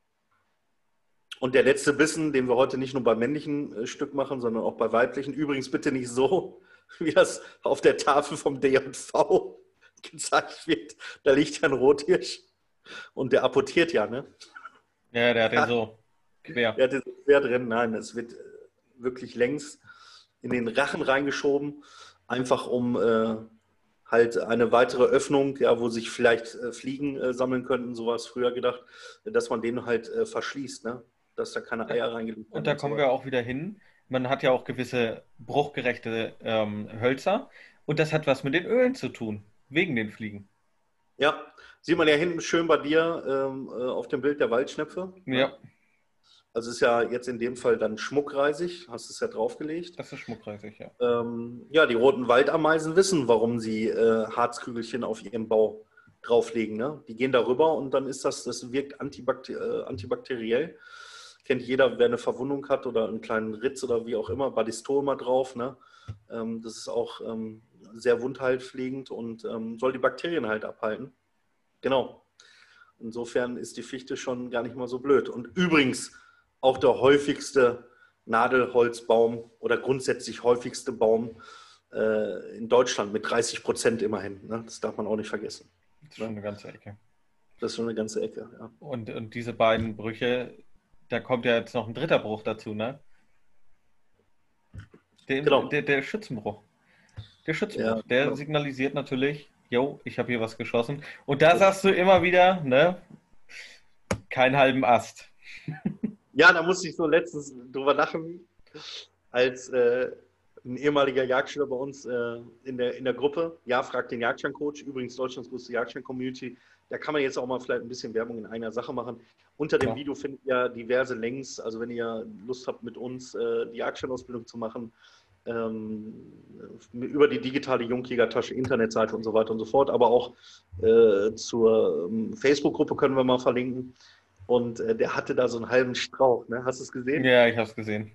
Und der letzte Bissen, den wir heute nicht nur beim männlichen äh, Stück machen, sondern auch bei weiblichen. Übrigens bitte nicht so, wie das auf der Tafel vom D J V gezeigt wird. Da liegt ja ein Rothirsch und der apportiert ja, ne? Ja, der hat den so quer. Der hat den so quer drin. Nein, es wird wirklich längs in den Rachen reingeschoben, einfach um äh, halt eine weitere Öffnung, ja, wo sich vielleicht äh, Fliegen äh, sammeln könnten, so war es früher gedacht, dass man den halt äh, verschließt, ne? Dass da keine Eier reingelegt werden. Und da kommen so wir auch wieder hin. Man hat ja auch gewisse bruchgerechte ähm, Hölzer und das hat was mit den Ölen zu tun, wegen den Fliegen. Ja, sieht man ja hinten schön bei dir ähm, auf dem Bild der Waldschnepfe. Ja. Ne? Also ist ja jetzt in dem Fall dann schmuckreisig, hast es ja draufgelegt. Das ist schmuckreisig, ja. Ähm, ja, die roten Waldameisen wissen, warum sie äh, Harzkügelchen auf ihrem Bau drauflegen. Ne? Die gehen darüber und dann ist das, das wirkt antibakter äh, antibakteriell. Kennt jeder, wer eine Verwundung hat oder einen kleinen Ritz oder wie auch immer, Badistol mal drauf. Ne? Ähm, das ist auch ähm, sehr wundheilpflegend und ähm, soll die Bakterien halt abhalten. Genau. Insofern ist die Fichte schon gar nicht mal so blöd. Und übrigens auch der häufigste Nadelholzbaum oder grundsätzlich häufigste Baum äh, in Deutschland mit dreißig Prozent immerhin. Ne? Das darf man auch nicht vergessen. Das ist schon eine ganze Ecke. Das ist schon eine ganze Ecke, ja. Und, und diese beiden Brüche, da kommt ja jetzt noch ein dritter Bruch dazu, ne? Der, genau. der, der Schützenbruch. Der Schützenbruch, Ja, der genau. signalisiert natürlich, jo, ich habe hier was geschossen. Und da sagst du immer wieder, ne? Keinen halben Ast. Ja, da musste ich so letztens drüber lachen, als äh, ein ehemaliger Jagdschüler bei uns äh, in, der, in der Gruppe, ja, fragt den Jagdschein-Coach, übrigens Deutschlands größte Jagdschein-Community, da kann man jetzt auch mal vielleicht ein bisschen Werbung in einer Sache machen. Unter dem ja. Video findet ihr diverse Links, also wenn ihr Lust habt, mit uns äh, die Jagdschein-Ausbildung zu machen, ähm, über die digitale Jungjägertasche, Internetseite und so weiter und so fort, aber auch äh, zur ähm, Facebook-Gruppe können wir mal verlinken. Und äh, der hatte da so einen halben Strauch, ne? Hast du es gesehen? Ja, ich habe es gesehen.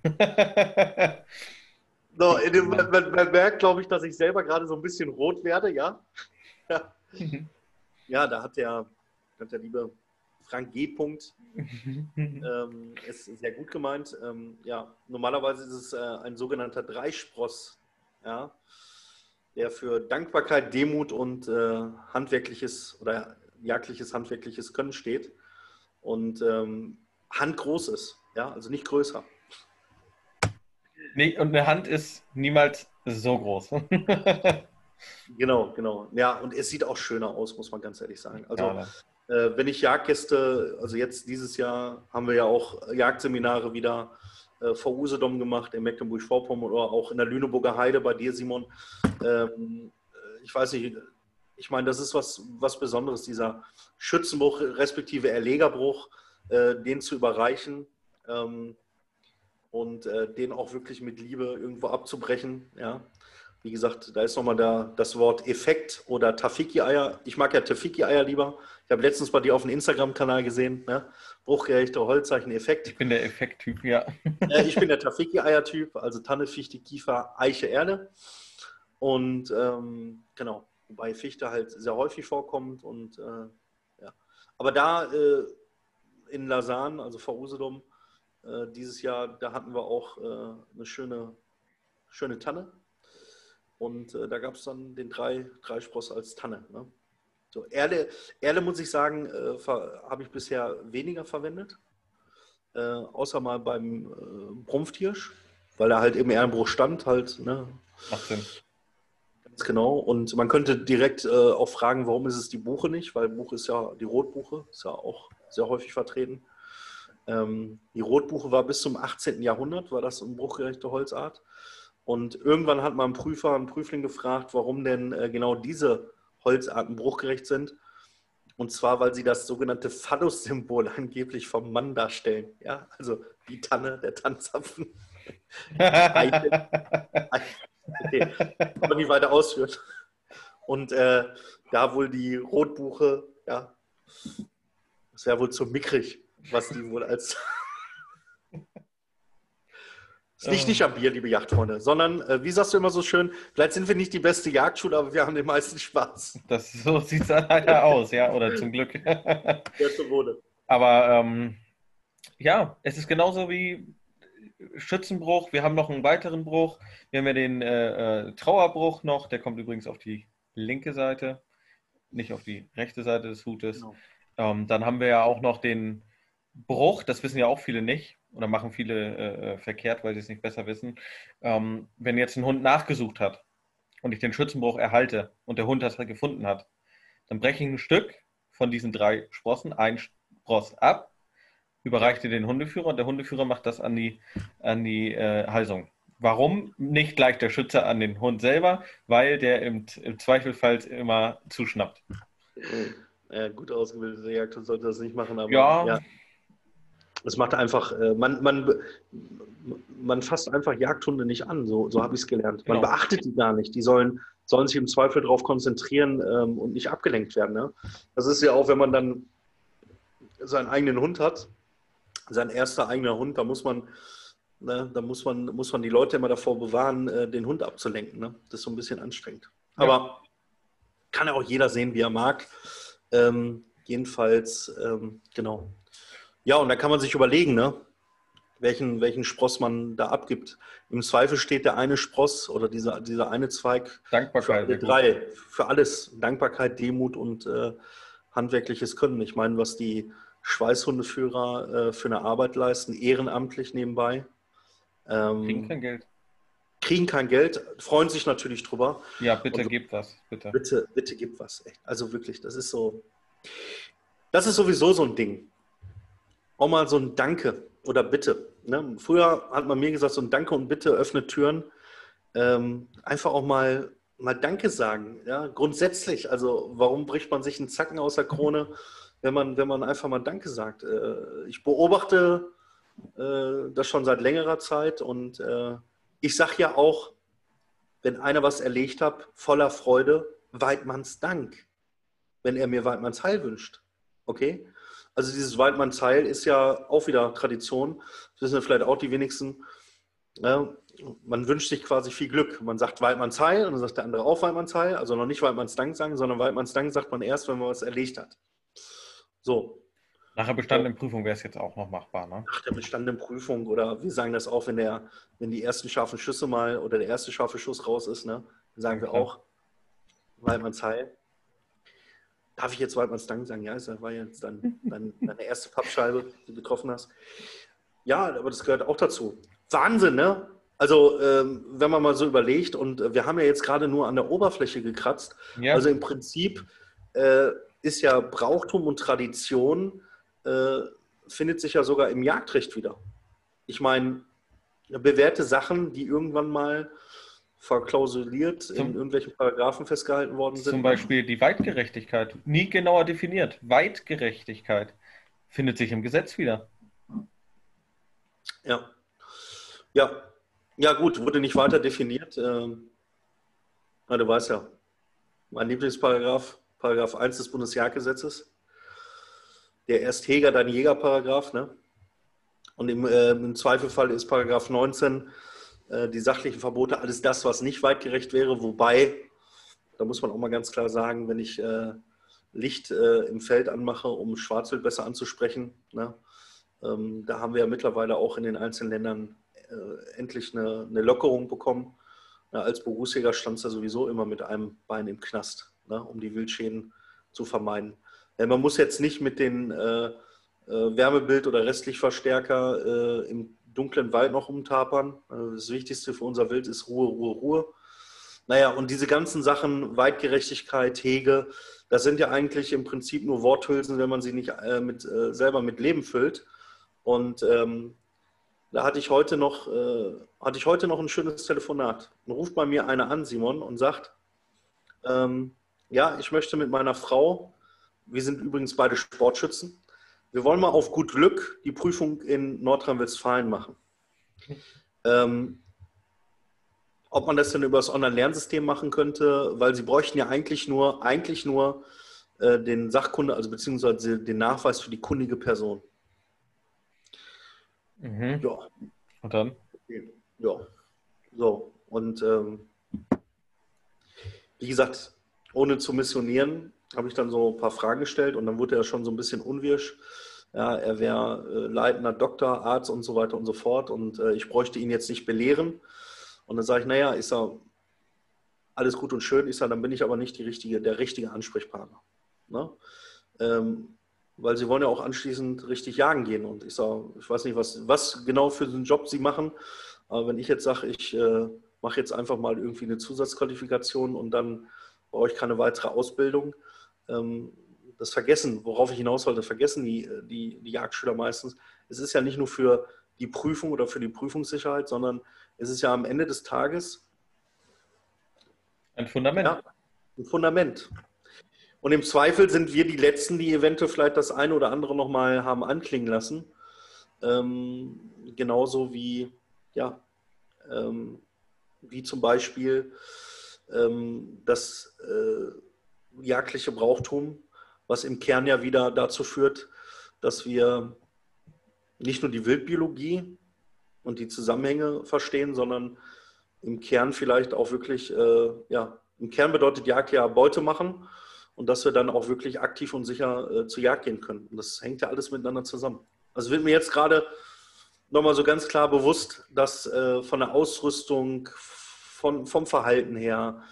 So, dem, man, man merkt, glaube ich, dass ich selber gerade so ein bisschen rot werde, ja? Ja, ja da hat der, hat der liebe Frank G. Punkt, ähm, ist sehr gut gemeint. Ähm, ja, normalerweise ist es äh, ein sogenannter Dreispross, ja, der für Dankbarkeit, Demut und äh, handwerkliches oder jagdliches, handwerkliches Können steht. Und ähm, handgroß ist, ja, also nicht größer. Nee, und eine Hand ist niemals so groß. Genau, genau. Ja, und es sieht auch schöner aus, muss man ganz ehrlich sagen. Also, ja, äh, wenn ich Jagdgäste, also jetzt dieses Jahr haben wir ja auch Jagdseminare wieder äh, vor Usedom gemacht, in Mecklenburg-Vorpommern oder auch in der Lüneburger Heide bei dir, Simon. Ähm, ich weiß nicht, ich meine, das ist was, was Besonderes, dieser Schützenbruch respektive Erlegerbruch, äh, den zu überreichen ähm, und äh, den auch wirklich mit Liebe irgendwo abzubrechen. Ja. Wie gesagt, da ist nochmal da, das Wort Effekt oder Tafiki-Eier. Ich mag ja Tafiki-Eier lieber. Ich habe letztens bei dir auf dem Instagram-Kanal gesehen, ne? Bruchgerechte Holzzeichen Effekt. Ich bin der Effekt-Typ, ja. Äh, ich bin der Tafiki-Eier-Typ, also Tanne, Fichte, Kiefer, Eiche, Erde. Und ähm, genau, wobei Fichte halt sehr häufig vorkommt. Und, äh, ja. Aber da äh, in Lausanne, also vor Usedom, äh, dieses Jahr, da hatten wir auch äh, eine schöne, schöne Tanne. Und äh, da gab es dann den drei, Dreispross als Tanne. Ne? So, Erle, Erle, muss ich sagen, äh, habe ich bisher weniger verwendet. Äh, außer mal beim äh, Brumpftiersch, weil er halt im Erlenbruch stand. Halt, ne? Macht Sinn. Ganz genau. Und man könnte direkt äh, auch fragen, warum ist es die Buche nicht? Weil Buche ist ja, die Rotbuche ist ja auch sehr häufig vertreten. Ähm, die Rotbuche war bis zum achtzehnten Jahrhundert, war das eine bruchgerechte Holzart. Und irgendwann hat mal ein Prüfer, ein Prüfling gefragt, warum denn äh, genau diese Holzarten bruchgerecht sind. Und zwar, weil sie das sogenannte Phallus-Symbol angeblich vom Mann darstellen. Ja, also die Tanne, der Tannenzapfen. Eiche. Okay, aber nicht weiter ausführen. Und äh, da wohl die Rotbuche, ja, das wäre wohl zu mickrig, was die wohl als... Es liegt nicht am Bier, liebe Jagdfreunde, sondern, äh, wie sagst du immer so schön, vielleicht sind wir nicht die beste Jagdschule, aber wir haben den meisten Spaß. Das, so sieht es leider aus, ja, oder zum Glück. Ja, zum Wohle. Aber ähm, ja, es ist genauso wie Schützenbruch. Wir haben noch einen weiteren Bruch. Wir haben ja den äh, äh, Trauerbruch noch. Der kommt übrigens auf die linke Seite, nicht auf die rechte Seite des Hutes. Genau. Ähm, dann haben wir ja auch noch den Bruch. Das wissen ja auch viele nicht. Oder machen viele äh, verkehrt, weil sie es nicht besser wissen. Ähm, wenn jetzt ein Hund nachgesucht hat und ich den Schützenbruch erhalte und der Hund das halt gefunden hat, dann breche ich ein Stück von diesen drei Sprossen, ein Spross ab, überreichte den Hundeführer und der Hundeführer macht das an die, an die äh, Halsung. Warum nicht gleich der Schütze an den Hund selber? Weil der im, im Zweifelsfall immer zuschnappt. Ja, gut ausgebildete Jagdhund sollte das nicht machen, aber ja. ja. Es macht einfach, äh, man, man, man fasst einfach Jagdhunde nicht an, so, so habe ich es gelernt. Man Genau. beachtet die gar nicht. Die sollen, sollen sich im Zweifel darauf konzentrieren ähm, und nicht abgelenkt werden. Ne? Das ist ja auch, wenn man dann seinen eigenen Hund hat, sein erster eigener Hund, da muss man, ne, da muss man, muss man die Leute immer davor bewahren, äh, den Hund abzulenken. Ne? Das ist so ein bisschen anstrengend. Ja. Aber kann ja auch jeder sehen, wie er mag. Ähm, jedenfalls, ähm, genau. Ja, und da kann man sich überlegen, ne, welchen, welchen Spross man da abgibt. Im Zweifel steht der eine Spross oder dieser, dieser eine Zweig Dankbarkeit, für alle drei, für alles. Dankbarkeit, Demut und äh, handwerkliches Können. Ich meine, was die Schweißhundeführer äh, für eine Arbeit leisten, ehrenamtlich nebenbei. Ähm, kriegen kein Geld. Kriegen kein Geld, freuen sich natürlich drüber. Ja, bitte und, gebt was, bitte. Bitte, bitte gib was. Echt. Also wirklich, das ist so, das ist sowieso so ein Ding. Auch mal so ein Danke oder Bitte. Ne? Früher hat man mir gesagt, so ein Danke und Bitte öffnet Türen. Ähm, einfach auch mal, mal Danke sagen. Ja? Grundsätzlich, also warum bricht man sich einen Zacken aus der Krone, wenn man, wenn man einfach mal Danke sagt? Äh, ich beobachte äh, das schon seit längerer Zeit und äh, ich sage ja auch, wenn einer was erlegt hat, voller Freude, Weidmanns Dank, wenn er mir Weidmanns Heil wünscht. Okay? Also dieses Weidmanns Heil ist ja auch wieder Tradition. Das wissen ja vielleicht auch die wenigsten. Ja, man wünscht sich quasi viel Glück. Man sagt Weidmanns Heil und dann sagt der andere auch Weidmanns Heil. Also noch nicht Weidmanns Dank sagen, sondern Weidmanns Dank sagt man erst, wenn man was erlegt hat. So. Nach der bestandenen Prüfung wäre es jetzt auch noch machbar, ne? Nach der bestandenen Prüfung oder wir sagen das auch, wenn, der, wenn die ersten scharfen Schüsse mal oder der erste scharfe Schuss raus ist, ne, dann sagen Ja, wir klar. auch Weidmanns Heil. Darf ich jetzt Weidmanns Dank sagen? Ja, das war jetzt dann dein, deine erste Pappscheibe, die du getroffen hast. Ja, aber das gehört auch dazu. Wahnsinn, ne? Also, ähm, wenn man mal so überlegt, und äh, wir haben ja jetzt gerade nur an der Oberfläche gekratzt, Ja. also im Prinzip äh, ist ja Brauchtum und Tradition, äh, findet sich ja sogar im Jagdrecht wieder. Ich meine, bewährte Sachen, die irgendwann mal verklausuliert Zum- in irgendwelchen Paragraphen festgehalten worden sind. Zum Beispiel die Weitgerechtigkeit. Nie genauer definiert. Weitgerechtigkeit findet sich im Gesetz wieder. Ja. Ja. Ja, gut, wurde nicht weiter definiert. Ähm, na, du weißt ja, mein Lieblingsparagraph, Paragraph eins des Bundesjagdgesetzes. Der erst Heger, dann Jäger-Paragraph, ne? Und im, äh, im Zweifelfall ist Paragraph neunzehn äh, die sachlichen Verbote, alles das, was nicht weitgerecht wäre. Wobei, da muss man auch mal ganz klar sagen, wenn ich äh, Licht äh, im Feld anmache, um Schwarzwild besser anzusprechen, ne? ähm, da haben wir ja mittlerweile auch in den einzelnen Ländern äh, endlich eine, eine Lockerung bekommen. Ja, als Berufsjäger stand es ja sowieso immer mit einem Bein im Knast, ne, um die Wildschäden zu vermeiden. Ja, man muss jetzt nicht mit den äh, äh, Wärmebild- oder Restlichtverstärker äh, im dunklen Wald noch umtapern. Also das Wichtigste für unser Wild ist Ruhe, Ruhe, Ruhe. Naja, und diese ganzen Sachen, Weitgerechtigkeit, Hege, das sind ja eigentlich im Prinzip nur Worthülsen, wenn man sie nicht äh, mit, äh, selber mit Leben füllt. Und ähm, da hatte ich heute noch, äh, hatte ich heute noch ein schönes Telefonat. Dann ruft bei mir einer an, Simon, und sagt, ähm, ja, ich möchte mit meiner Frau, wir sind übrigens beide Sportschützen, wir wollen mal auf gut Glück die Prüfung in Nordrhein-Westfalen machen. Ähm, ob man das denn über das Online-Lernsystem machen könnte, weil sie bräuchten ja eigentlich nur, eigentlich nur äh, den Sachkunde, also beziehungsweise den Nachweis für die kundige Person. Mhm. Ja. Und dann? Ja. So. Und ähm, wie gesagt, ohne zu missionieren, habe ich dann so ein paar Fragen gestellt und dann wurde er schon so ein bisschen unwirsch. Ja, er wäre äh, leitender Doktor, Arzt und so weiter und so fort und äh, ich bräuchte ihn jetzt nicht belehren. Und dann sage ich, naja, ist er alles gut und schön, ich sage, dann bin ich aber nicht die richtige, der richtige Ansprechpartner. Ne? Ähm, weil sie wollen ja auch anschließend richtig jagen gehen. Und ich sage, ich weiß nicht, was, was genau für einen Job sie machen, aber wenn ich jetzt sage, ich äh, mache jetzt einfach mal irgendwie eine Zusatzqualifikation und dann brauche ich keine weitere Ausbildung, ähm, das vergessen, worauf ich hinaus wollte, vergessen die, die, die Jagdschüler meistens. Es ist ja nicht nur für die Prüfung oder für die Prüfungssicherheit, sondern es ist ja am Ende des Tages ein Fundament. Ja, ein Fundament. Und im Zweifel sind wir die Letzten, die eventuell vielleicht das eine oder andere nochmal haben anklingen lassen. Ähm, genauso wie, ja, ähm, wie zum Beispiel ähm, das äh, jagdliche Brauchtum, was im Kern ja wieder dazu führt, dass wir nicht nur die Wildbiologie und die Zusammenhänge verstehen, sondern im Kern vielleicht auch wirklich, äh, ja, im Kern bedeutet Jagd ja Beute machen und dass wir dann auch wirklich aktiv und sicher äh, zur Jagd gehen können. Und das hängt ja alles miteinander zusammen. Also wird mir jetzt gerade nochmal so ganz klar bewusst, dass äh, von der Ausrüstung, von, vom Verhalten her,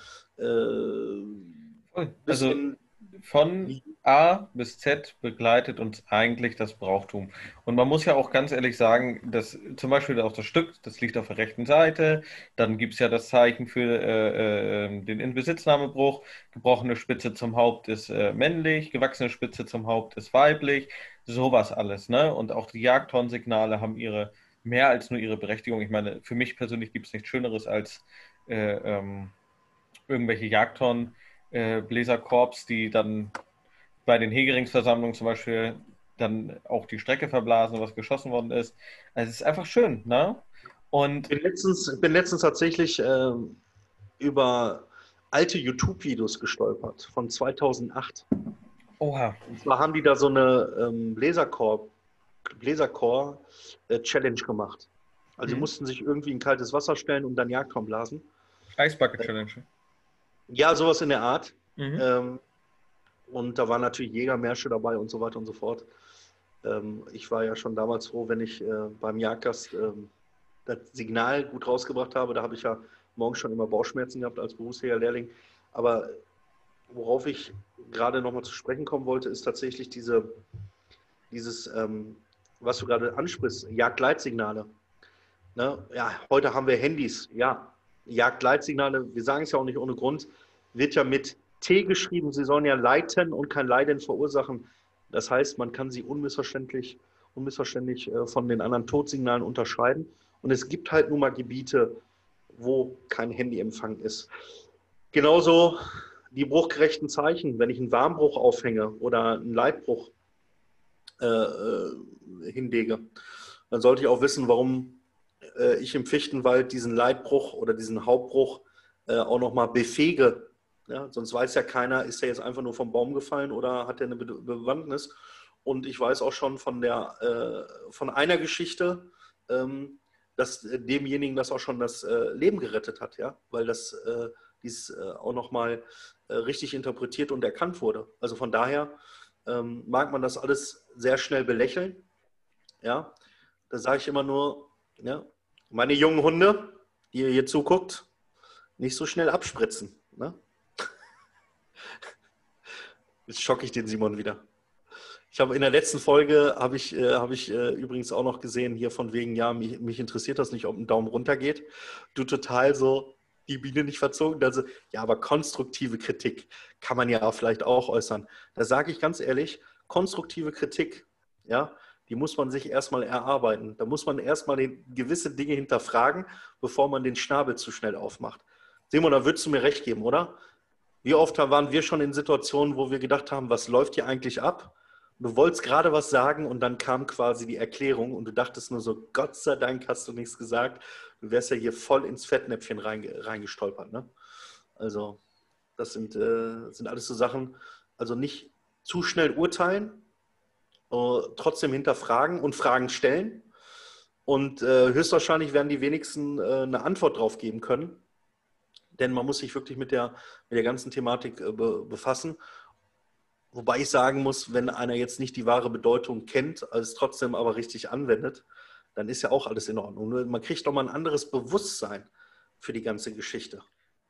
äh, bis Also in von A bis Z begleitet uns eigentlich das Brauchtum. Und man muss ja auch ganz ehrlich sagen, dass zum Beispiel auch das Stück, das liegt auf der rechten Seite, dann gibt es ja das Zeichen für äh, äh, den Inbesitznahmebruch, gebrochene Spitze zum Haupt ist äh, männlich, gewachsene Spitze zum Haupt ist weiblich, sowas alles, ne? Und auch die Jagdhornsignale haben ihre, mehr als nur ihre Berechtigung. Ich meine, für mich persönlich gibt es nichts Schöneres als äh, ähm, irgendwelche Jagdhorn äh, Bläserkorps, die dann bei den Hegeringsversammlungen zum Beispiel dann auch die Strecke verblasen, was geschossen worden ist. Also es ist einfach schön, ne? Und bin letztens, bin letztens tatsächlich äh, über alte YouTube-Videos gestolpert von zweitausendacht. oha. Und zwar haben die da so eine ähm, Bläserchor, Bläserchor-Challenge gemacht. Also sie Mhm. mussten sich irgendwie in kaltes Wasser stellen und dann Jagdhorn blasen. Eisbucket Challenge. Ja, sowas in der Art. Mhm. Ähm, und da waren natürlich Jägermärsche dabei und so weiter und so fort. Ähm, ich war ja schon damals froh, wenn ich äh, beim Jagdgast ähm, das Signal gut rausgebracht habe. Da habe ich ja morgens schon immer Bauchschmerzen gehabt als Berufsjäger-Lehrling. Aber worauf ich gerade nochmal zu sprechen kommen wollte, ist tatsächlich diese, dieses, ähm, was du gerade ansprichst, Jagdleitsignale. Ne? Ja, heute haben wir Handys. Ja, Jagdleitsignale, wir sagen es ja auch nicht ohne Grund, wird ja mit T geschrieben. Sie sollen ja leiten und kein Leiden verursachen. Das heißt, man kann sie unmissverständlich, unmissverständlich äh, von den anderen Todsignalen unterscheiden. Und es gibt halt nun mal Gebiete, wo kein Handyempfang ist. Genauso die bruchgerechten Zeichen, wenn ich einen Warnbruch aufhänge oder einen Leitbruch äh, äh, hinlege, dann sollte ich auch wissen, warum äh, ich im Fichtenwald diesen Leitbruch oder diesen Hauptbruch äh, auch nochmal befähige. Ja, sonst weiß ja keiner, ist er jetzt einfach nur vom Baum gefallen oder hat er eine Be Bewandtnis. Und ich weiß auch schon von, der, äh, von einer Geschichte, ähm, dass äh, demjenigen das auch schon das äh, Leben gerettet hat, ja, weil das äh, dies äh, auch nochmal äh, richtig interpretiert und erkannt wurde. Also von daher ähm, mag man das alles sehr schnell belächeln, ja. Da sage ich immer nur, ja, meine jungen Hunde, die ihr hier zuguckt, nicht so schnell abspritzen. Ne? Jetzt schocke ich den Simon wieder. Ich habe in der letzten Folge, habe ich, äh, habe ich äh, übrigens auch noch gesehen, hier von wegen, ja, mich, mich interessiert das nicht, ob ein Daumen runter geht. Du total so die Biene nicht verzogen. Also, ja, aber konstruktive Kritik kann man ja vielleicht auch äußern. Da sage ich ganz ehrlich, konstruktive Kritik, ja, die muss man sich erstmal erarbeiten. Da muss man erstmal gewisse Dinge hinterfragen, bevor man den Schnabel zu schnell aufmacht. Simon, da würdest du mir recht geben, oder? Wie oft waren wir schon in Situationen, wo wir gedacht haben, was läuft hier eigentlich ab? Du wolltest gerade was sagen und dann kam quasi die Erklärung und du dachtest nur so, Gott sei Dank hast du nichts gesagt. Du wärst ja hier voll ins Fettnäpfchen reinge reingestolpert. Ne? Also das sind, äh, sind alles so Sachen, also nicht zu schnell urteilen, äh, trotzdem hinterfragen und Fragen stellen. Und äh, höchstwahrscheinlich werden die wenigsten äh, eine Antwort drauf geben können. Denn man muss sich wirklich mit der, mit der ganzen Thematik äh, be befassen. Wobei ich sagen muss, wenn einer jetzt nicht die wahre Bedeutung kennt, es trotzdem aber richtig anwendet, dann ist ja auch alles in Ordnung. Nur man kriegt doch mal ein anderes Bewusstsein für die ganze Geschichte.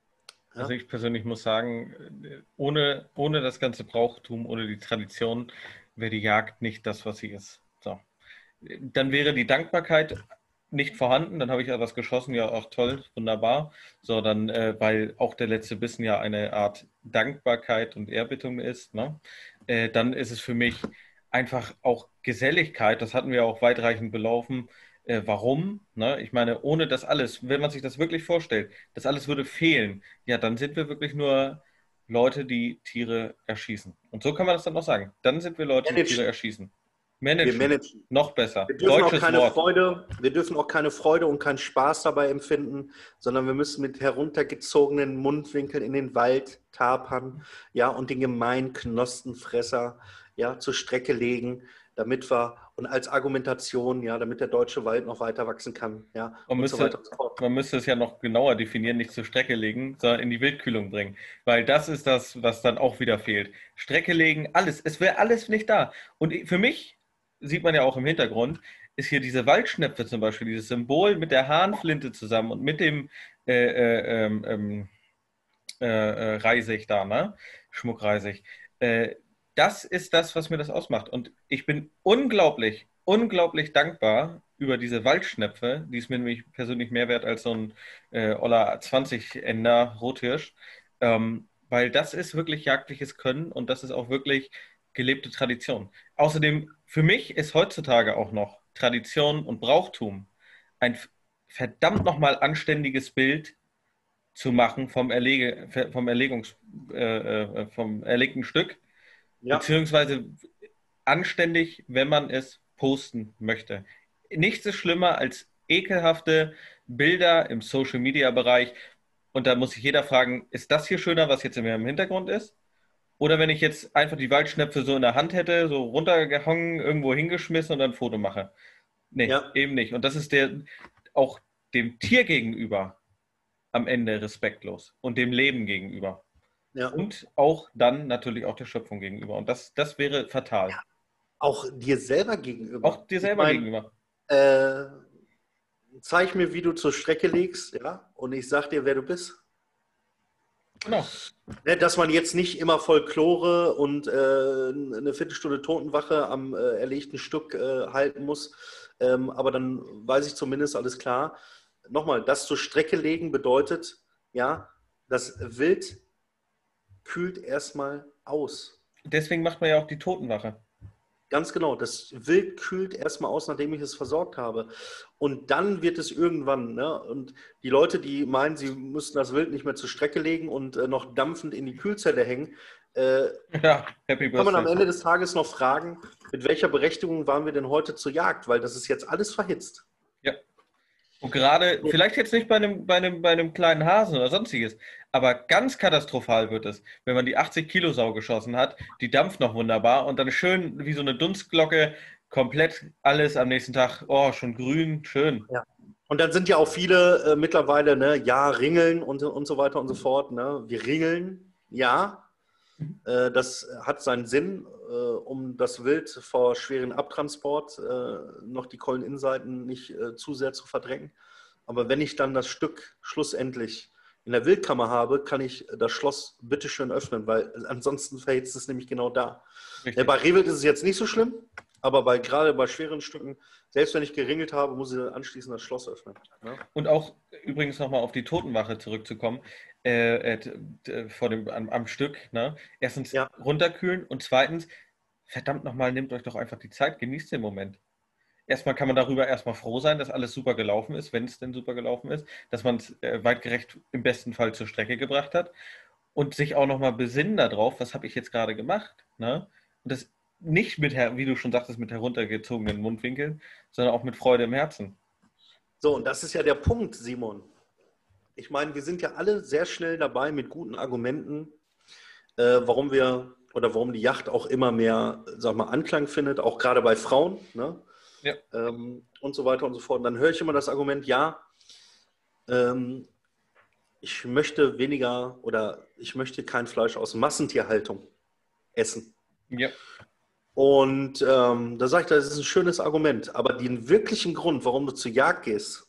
Ja? Also ich persönlich muss sagen, ohne, ohne das ganze Brauchtum, ohne die Tradition, wäre die Jagd nicht das, was sie ist. So. Dann wäre die Dankbarkeit nicht vorhanden, dann habe ich etwas geschossen, ja auch toll, wunderbar. So, dann, äh, weil auch der letzte Bissen ja eine Art Dankbarkeit und Ehrbietung ist, ne? Äh, dann ist es für mich einfach auch Geselligkeit, das hatten wir auch weitreichend belaufen. Äh, warum? Ne? Ich meine, ohne das alles, wenn man sich das wirklich vorstellt, das alles würde fehlen, ja, dann sind wir wirklich nur Leute, die Tiere erschießen. Und so kann man das dann auch sagen. Dann sind wir Leute, die Tiere erschießen. Managen. Wir managen. Noch besser. Wir dürfen auch keine Freude, wir dürfen auch keine Freude und keinen Spaß dabei empfinden, sondern wir müssen mit heruntergezogenen Mundwinkeln in den Wald tapern, ja, und den gemeinen Knospenfresser, ja, zur Strecke legen, damit wir und als Argumentation, ja, damit der deutsche Wald noch weiter wachsen kann, ja, man und müsste, so weiter und so fort. Man müsste es ja noch genauer definieren, nicht zur Strecke legen, sondern in die Wildkühlung bringen, weil das ist das, was dann auch wieder fehlt. Strecke legen, alles, es wäre alles nicht da. Und für mich sieht man ja auch im Hintergrund, ist hier diese Waldschnepfe zum Beispiel, dieses Symbol mit der Hahnflinte zusammen und mit dem äh, äh, ähm, äh, äh, Reisig da, ne? Schmuckreisig. Äh, das ist das, was mir das ausmacht. Und ich bin unglaublich, unglaublich dankbar über diese Waldschnepfe, die ist mir nämlich persönlich mehr wert als so ein äh, Oller zwanzig-Ender Rothirsch, ähm, weil das ist wirklich jagdliches Können und das ist auch wirklich gelebte Tradition. Außerdem, für mich ist heutzutage auch noch Tradition und Brauchtum ein verdammt nochmal anständiges Bild zu machen vom, Erlege, vom, Erlegungs, äh, vom erlegten Stück, ja. Beziehungsweise anständig, wenn man es posten möchte. Nichts ist schlimmer als ekelhafte Bilder im Social-Media-Bereich und da muss sich jeder fragen, ist das hier schöner, was jetzt in meinem Hintergrund ist? Oder wenn ich jetzt einfach die Waldschnepfe so in der Hand hätte, so runtergehangen, irgendwo hingeschmissen und dann ein Foto mache. Nee, ja. Eben nicht. Und das ist der auch dem Tier gegenüber am Ende respektlos und dem Leben gegenüber. Ja. Und auch dann natürlich auch der Schöpfung gegenüber. Und das, das wäre fatal. Ja. Auch dir selber gegenüber. Auch dir selber ich mein, gegenüber. Äh, zeig mir, wie du zur Strecke legst, ja, und ich sag dir, wer du bist. Genau. Dass man jetzt nicht immer Folklore und äh, eine Viertelstunde Totenwache am äh, erlegten Stück äh, halten muss. Ähm, aber dann weiß ich zumindest alles klar. Nochmal, das zur Strecke legen bedeutet, ja, das Wild kühlt erstmal aus. Deswegen macht man ja auch die Totenwache. Ganz genau, das Wild kühlt erstmal aus, nachdem ich es versorgt habe. Und dann wird es irgendwann, ne? Und die Leute, die meinen, sie müssten das Wild nicht mehr zur Strecke legen und äh, noch dampfend in die Kühlzelle hängen, äh, ja, happy kann man am Ende des Tages noch fragen, mit welcher Berechtigung waren wir denn heute zur Jagd? Weil das ist jetzt alles verhitzt. Ja. Und gerade, vielleicht jetzt nicht bei einem, bei, einem, bei einem kleinen Hasen oder sonstiges, aber ganz katastrophal wird es, wenn man die achtzig Kilo Sau geschossen hat, die dampft noch wunderbar und dann schön wie so eine Dunstglocke, komplett alles am nächsten Tag, oh, schon grün, schön. Ja. Und dann sind ja auch viele äh, mittlerweile, ne, ja, ringeln und, und so weiter und so fort. Ne? Wir ringeln, ja. Mhm. Äh, das hat seinen Sinn, äh, um das Wild vor schweren Abtransport äh, noch die Keuleninnenseiten nicht äh, zu sehr zu verdrängen. Aber wenn ich dann das Stück schlussendlich in der Wildkammer habe, kann ich das Schloss bitteschön öffnen, weil ansonsten verhältst es nämlich genau da. Ja, bei Rehwild ist es jetzt nicht so schlimm, aber bei, gerade bei schweren Stücken, selbst wenn ich geringelt habe, muss ich anschließend das Schloss öffnen. Ja? Und auch übrigens nochmal auf die Totenwache zurückzukommen, äh, äh, vor dem, am, am Stück. Ne? Erstens Ja. runterkühlen und zweitens, verdammt nochmal, nehmt euch doch einfach die Zeit, genießt den Moment. Erstmal kann man darüber erstmal froh sein, dass alles super gelaufen ist, wenn es denn super gelaufen ist, dass man es äh, weitgerecht im besten Fall zur Strecke gebracht hat und sich auch nochmal besinnen darauf, was habe ich jetzt gerade gemacht. Ne? Und das nicht mit, wie du schon sagtest, mit heruntergezogenen Mundwinkeln, sondern auch mit Freude im Herzen. So, und das ist ja der Punkt, Simon. Ich meine, wir sind ja alle sehr schnell dabei mit guten Argumenten, äh, warum wir oder warum die Yacht auch immer mehr, sag mal, Anklang findet, auch gerade bei Frauen, ne? Ja. Ähm, und so weiter und so fort. Und dann höre ich immer das Argument, ja, ähm, ich möchte weniger oder ich möchte kein Fleisch aus Massentierhaltung essen. Ja. Und ähm, da sage ich, das ist ein schönes Argument, aber den wirklichen Grund, warum du zur Jagd gehst,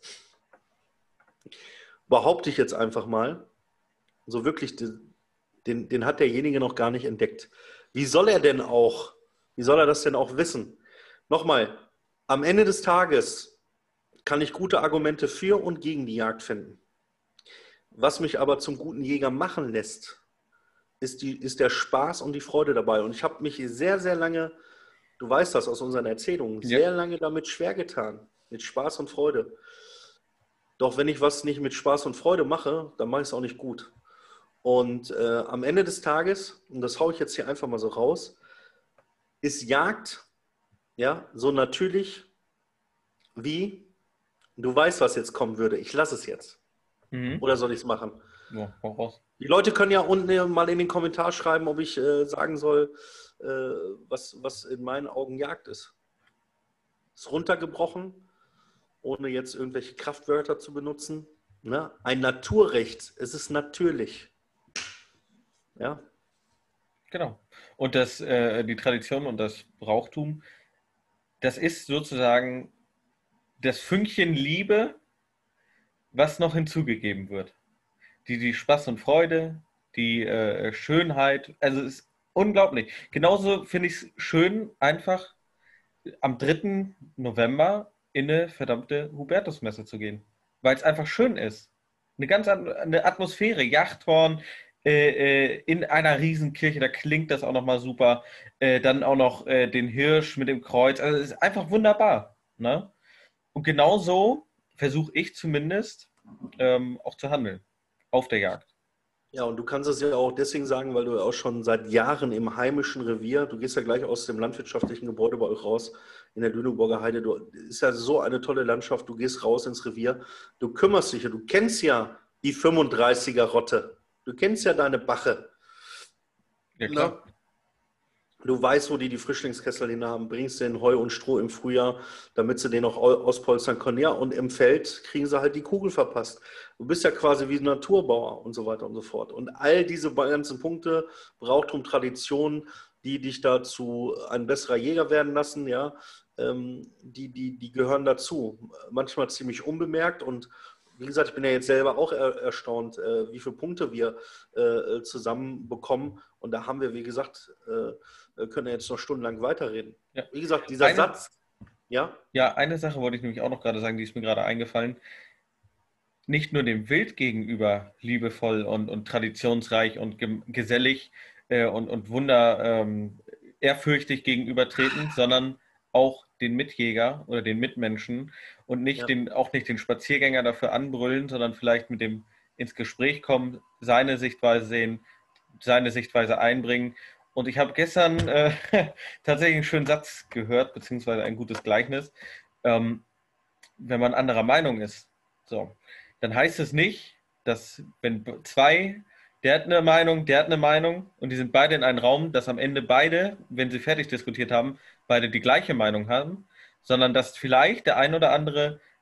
behaupte ich jetzt einfach mal, so wirklich, den, den, den hat derjenige noch gar nicht entdeckt. Wie soll er denn auch, wie soll er das denn auch wissen? Nochmal, am Ende des Tages kann ich gute Argumente für und gegen die Jagd finden. Was mich aber zum guten Jäger machen lässt, ist, die, ist der Spaß und die Freude dabei. Und ich habe mich sehr, sehr lange, du weißt das aus unseren Erzählungen, sehr Ja. lange damit schwer getan, mit Spaß und Freude. Doch wenn ich was nicht mit Spaß und Freude mache, dann mache ich es auch nicht gut. Und äh, am Ende des Tages, und das haue ich jetzt hier einfach mal so raus, ist Jagd ja so natürlich wie, du weißt, was jetzt kommen würde. Ich lasse es jetzt. Mhm. Oder soll ich es machen? Ja, hau raus. Die Leute können ja unten mal in den Kommentar schreiben, ob ich äh, sagen soll, äh, was, was in meinen Augen Jagd ist. Ist runtergebrochen, ohne jetzt irgendwelche Kraftwörter zu benutzen. Ne? Ein Naturrecht. Es ist natürlich. Ja. Genau. Und das, äh, die Tradition und das Brauchtum, das ist sozusagen das Fünkchen Liebe, was noch hinzugegeben wird. Die, die Spaß und Freude, die äh, Schönheit, also es ist unglaublich. Genauso finde ich es schön, einfach am dritten November in eine verdammte Hubertusmesse zu gehen, weil es einfach schön ist. Eine ganz andere Atmosphäre, Yachthorn äh, äh, in einer Riesenkirche, da klingt das auch nochmal super. Äh, dann auch noch äh, den Hirsch mit dem Kreuz, also es ist einfach wunderbar. Ne? Und genauso versuche ich zumindest ähm, auch zu handeln auf der Jagd. Ja, und du kannst es ja auch deswegen sagen, weil du auch schon seit Jahren im heimischen Revier, du gehst ja gleich aus dem landwirtschaftlichen Gebäude bei euch raus, in der Lüneburger Heide, du, ist ja so eine tolle Landschaft, du gehst raus ins Revier, du kümmerst dich ja, du kennst ja die fünfunddreißiger Rotte, du kennst ja deine Bache. Ja, klar. Ne? Du weißt, wo die die Frischlingskessel hin haben, bringst denen Heu und Stroh im Frühjahr, damit sie den auch auspolstern können. Ja, und im Feld kriegen sie halt die Kugel verpasst. Du bist ja quasi wie ein Naturbauer und so weiter und so fort. Und all diese ganzen Punkte, Brauchtum, Tradition, die dich dazu ein besserer Jäger werden lassen, ja, ähm, die, die, die gehören dazu. Manchmal ziemlich unbemerkt und wie gesagt, ich bin ja jetzt selber auch er, erstaunt, äh, wie viele Punkte wir äh, zusammen bekommen. Und da haben wir, wie gesagt, äh, können ja jetzt noch stundenlang weiterreden. Ja. Wie gesagt, dieser eine, Satz, ja? Ja, eine Sache wollte ich nämlich auch noch gerade sagen, die ist mir gerade eingefallen. Nicht nur dem Wild gegenüber liebevoll und, und traditionsreich und ge gesellig äh, und, und wunder ähm, ehrfürchtig gegenübertreten, sondern auch den Mitjäger oder den Mitmenschen und nicht Ja. den, auch nicht den Spaziergänger dafür anbrüllen, sondern vielleicht mit dem ins Gespräch kommen, seine Sichtweise sehen, seine Sichtweise einbringen. Und ich habe gestern äh, tatsächlich einen schönen Satz gehört, beziehungsweise ein gutes Gleichnis. Ähm, wenn man anderer Meinung ist, so, dann heißt es nicht, dass wenn zwei, der hat eine Meinung, der hat eine Meinung und die sind beide in einem Raum, dass am Ende beide, wenn sie fertig diskutiert haben, beide die gleiche Meinung haben, sondern dass vielleicht der ein oder andere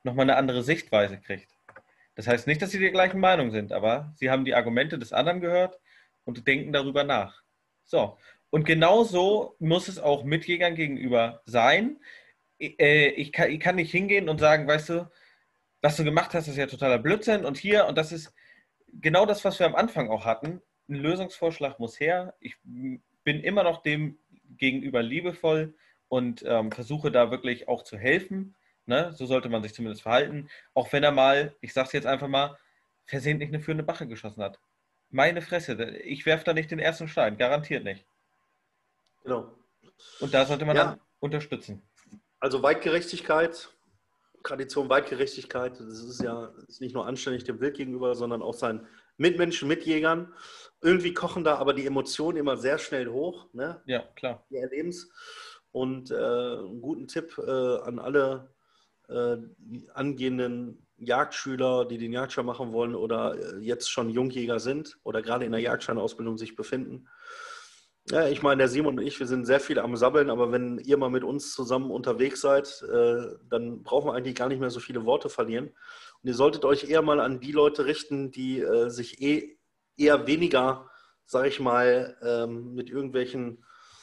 nochmal eine andere Sichtweise kriegt. Das heißt nicht, dass sie der gleichen Meinung sind, aber sie haben die Argumente des anderen gehört und denken darüber nach. So. Und genauso muss es auch Mitjägern gegenüber sein. Ich kann, ich kann nicht hingehen und sagen, weißt du, was du gemacht hast, ist ja totaler Blödsinn und hier, und das ist genau das, was wir am Anfang auch hatten. Ein Lösungsvorschlag muss her. Ich bin immer noch dem gegenüber liebevoll und ähm, versuche da wirklich auch zu helfen. Ne? So sollte man sich zumindest verhalten. Auch wenn er mal, ich sage es jetzt einfach mal, versehentlich eine führende Bache geschossen hat. Meine Fresse, ich werfe da nicht den ersten Stein, garantiert nicht. Genau. Und da sollte man ja. dann unterstützen. Also Weitgerechtigkeit, Tradition Weitgerechtigkeit, das ist ja ist nicht nur anständig dem Wild gegenüber, sondern auch seinen Mitmenschen, Mitjägern. Irgendwie kochen da aber die Emotionen immer sehr schnell hoch. Ne? Ja, klar. Wir erleben es. Und äh, einen guten Tipp äh, an alle äh, angehenden Jagdschüler, die den Jagdschein machen wollen oder äh, jetzt schon Jungjäger sind oder gerade in der Jagdscheinausbildung sich befinden. Ja, ich meine, der Simon und ich, wir sind sehr viel am Sabbeln, aber wenn ihr mal mit uns zusammen unterwegs seid, äh, dann brauchen wir eigentlich gar nicht mehr so viele Worte verlieren. Und ihr solltet euch eher mal an die Leute richten, die äh, sich eh, eher weniger, sage ich mal, ähm, mit irgendwelchen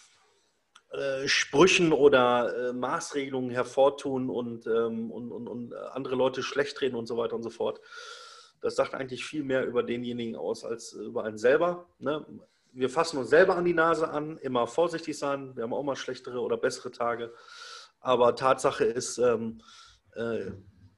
äh, Sprüchen oder äh, Maßregelungen hervortun und, ähm, und, und, und andere Leute schlecht reden und so weiter und so fort. Das sagt eigentlich viel mehr über denjenigen aus als über einen selber, ne? Wir fassen uns selber an die Nase an, immer vorsichtig sein. Wir haben auch mal schlechtere oder bessere Tage. Aber Tatsache ist, ähm, äh,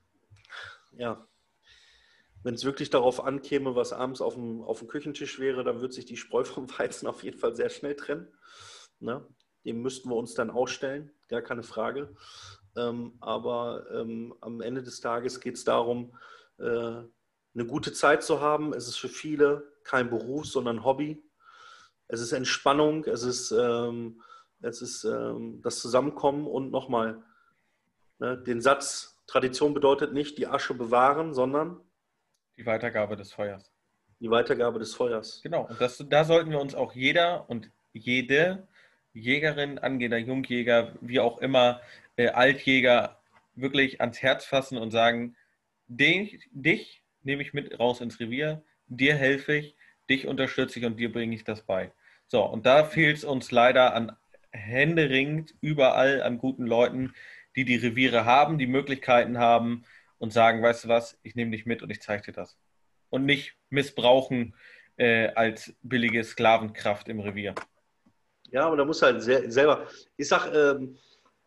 ja, wenn es wirklich darauf ankäme, was abends auf dem, auf dem Küchentisch wäre, dann wird sich die Spreu vom Weizen auf jeden Fall sehr schnell trennen. Ne? Dem müssten wir uns dann ausstellen, gar keine Frage. Ähm, aber ähm, am Ende des Tages geht es darum, äh, eine gute Zeit zu haben. Es ist für viele kein Beruf, sondern ein Hobby. Es ist Entspannung, es ist, ähm, es ist ähm, das Zusammenkommen und nochmal ne, den Satz, Tradition bedeutet nicht die Asche bewahren, sondern die Weitergabe des Feuers. Die Weitergabe des Feuers. Genau, und das, da sollten wir uns auch jeder und jede Jägerin, angehender Jungjäger, wie auch immer, äh, Altjäger, wirklich ans Herz fassen und sagen, dich, dich nehme ich mit raus ins Revier, dir helfe ich, dich unterstütze ich und dir bringe ich das bei. So, und da fehlt es uns leider an händeringend überall an guten Leuten, die die Reviere haben, die Möglichkeiten haben und sagen, weißt du was, ich nehme dich mit und ich zeige dir das. Und nicht missbrauchen äh, als billige Sklavenkraft im Revier. Ja, aber da muss halt sehr, selber, ich sag, ähm,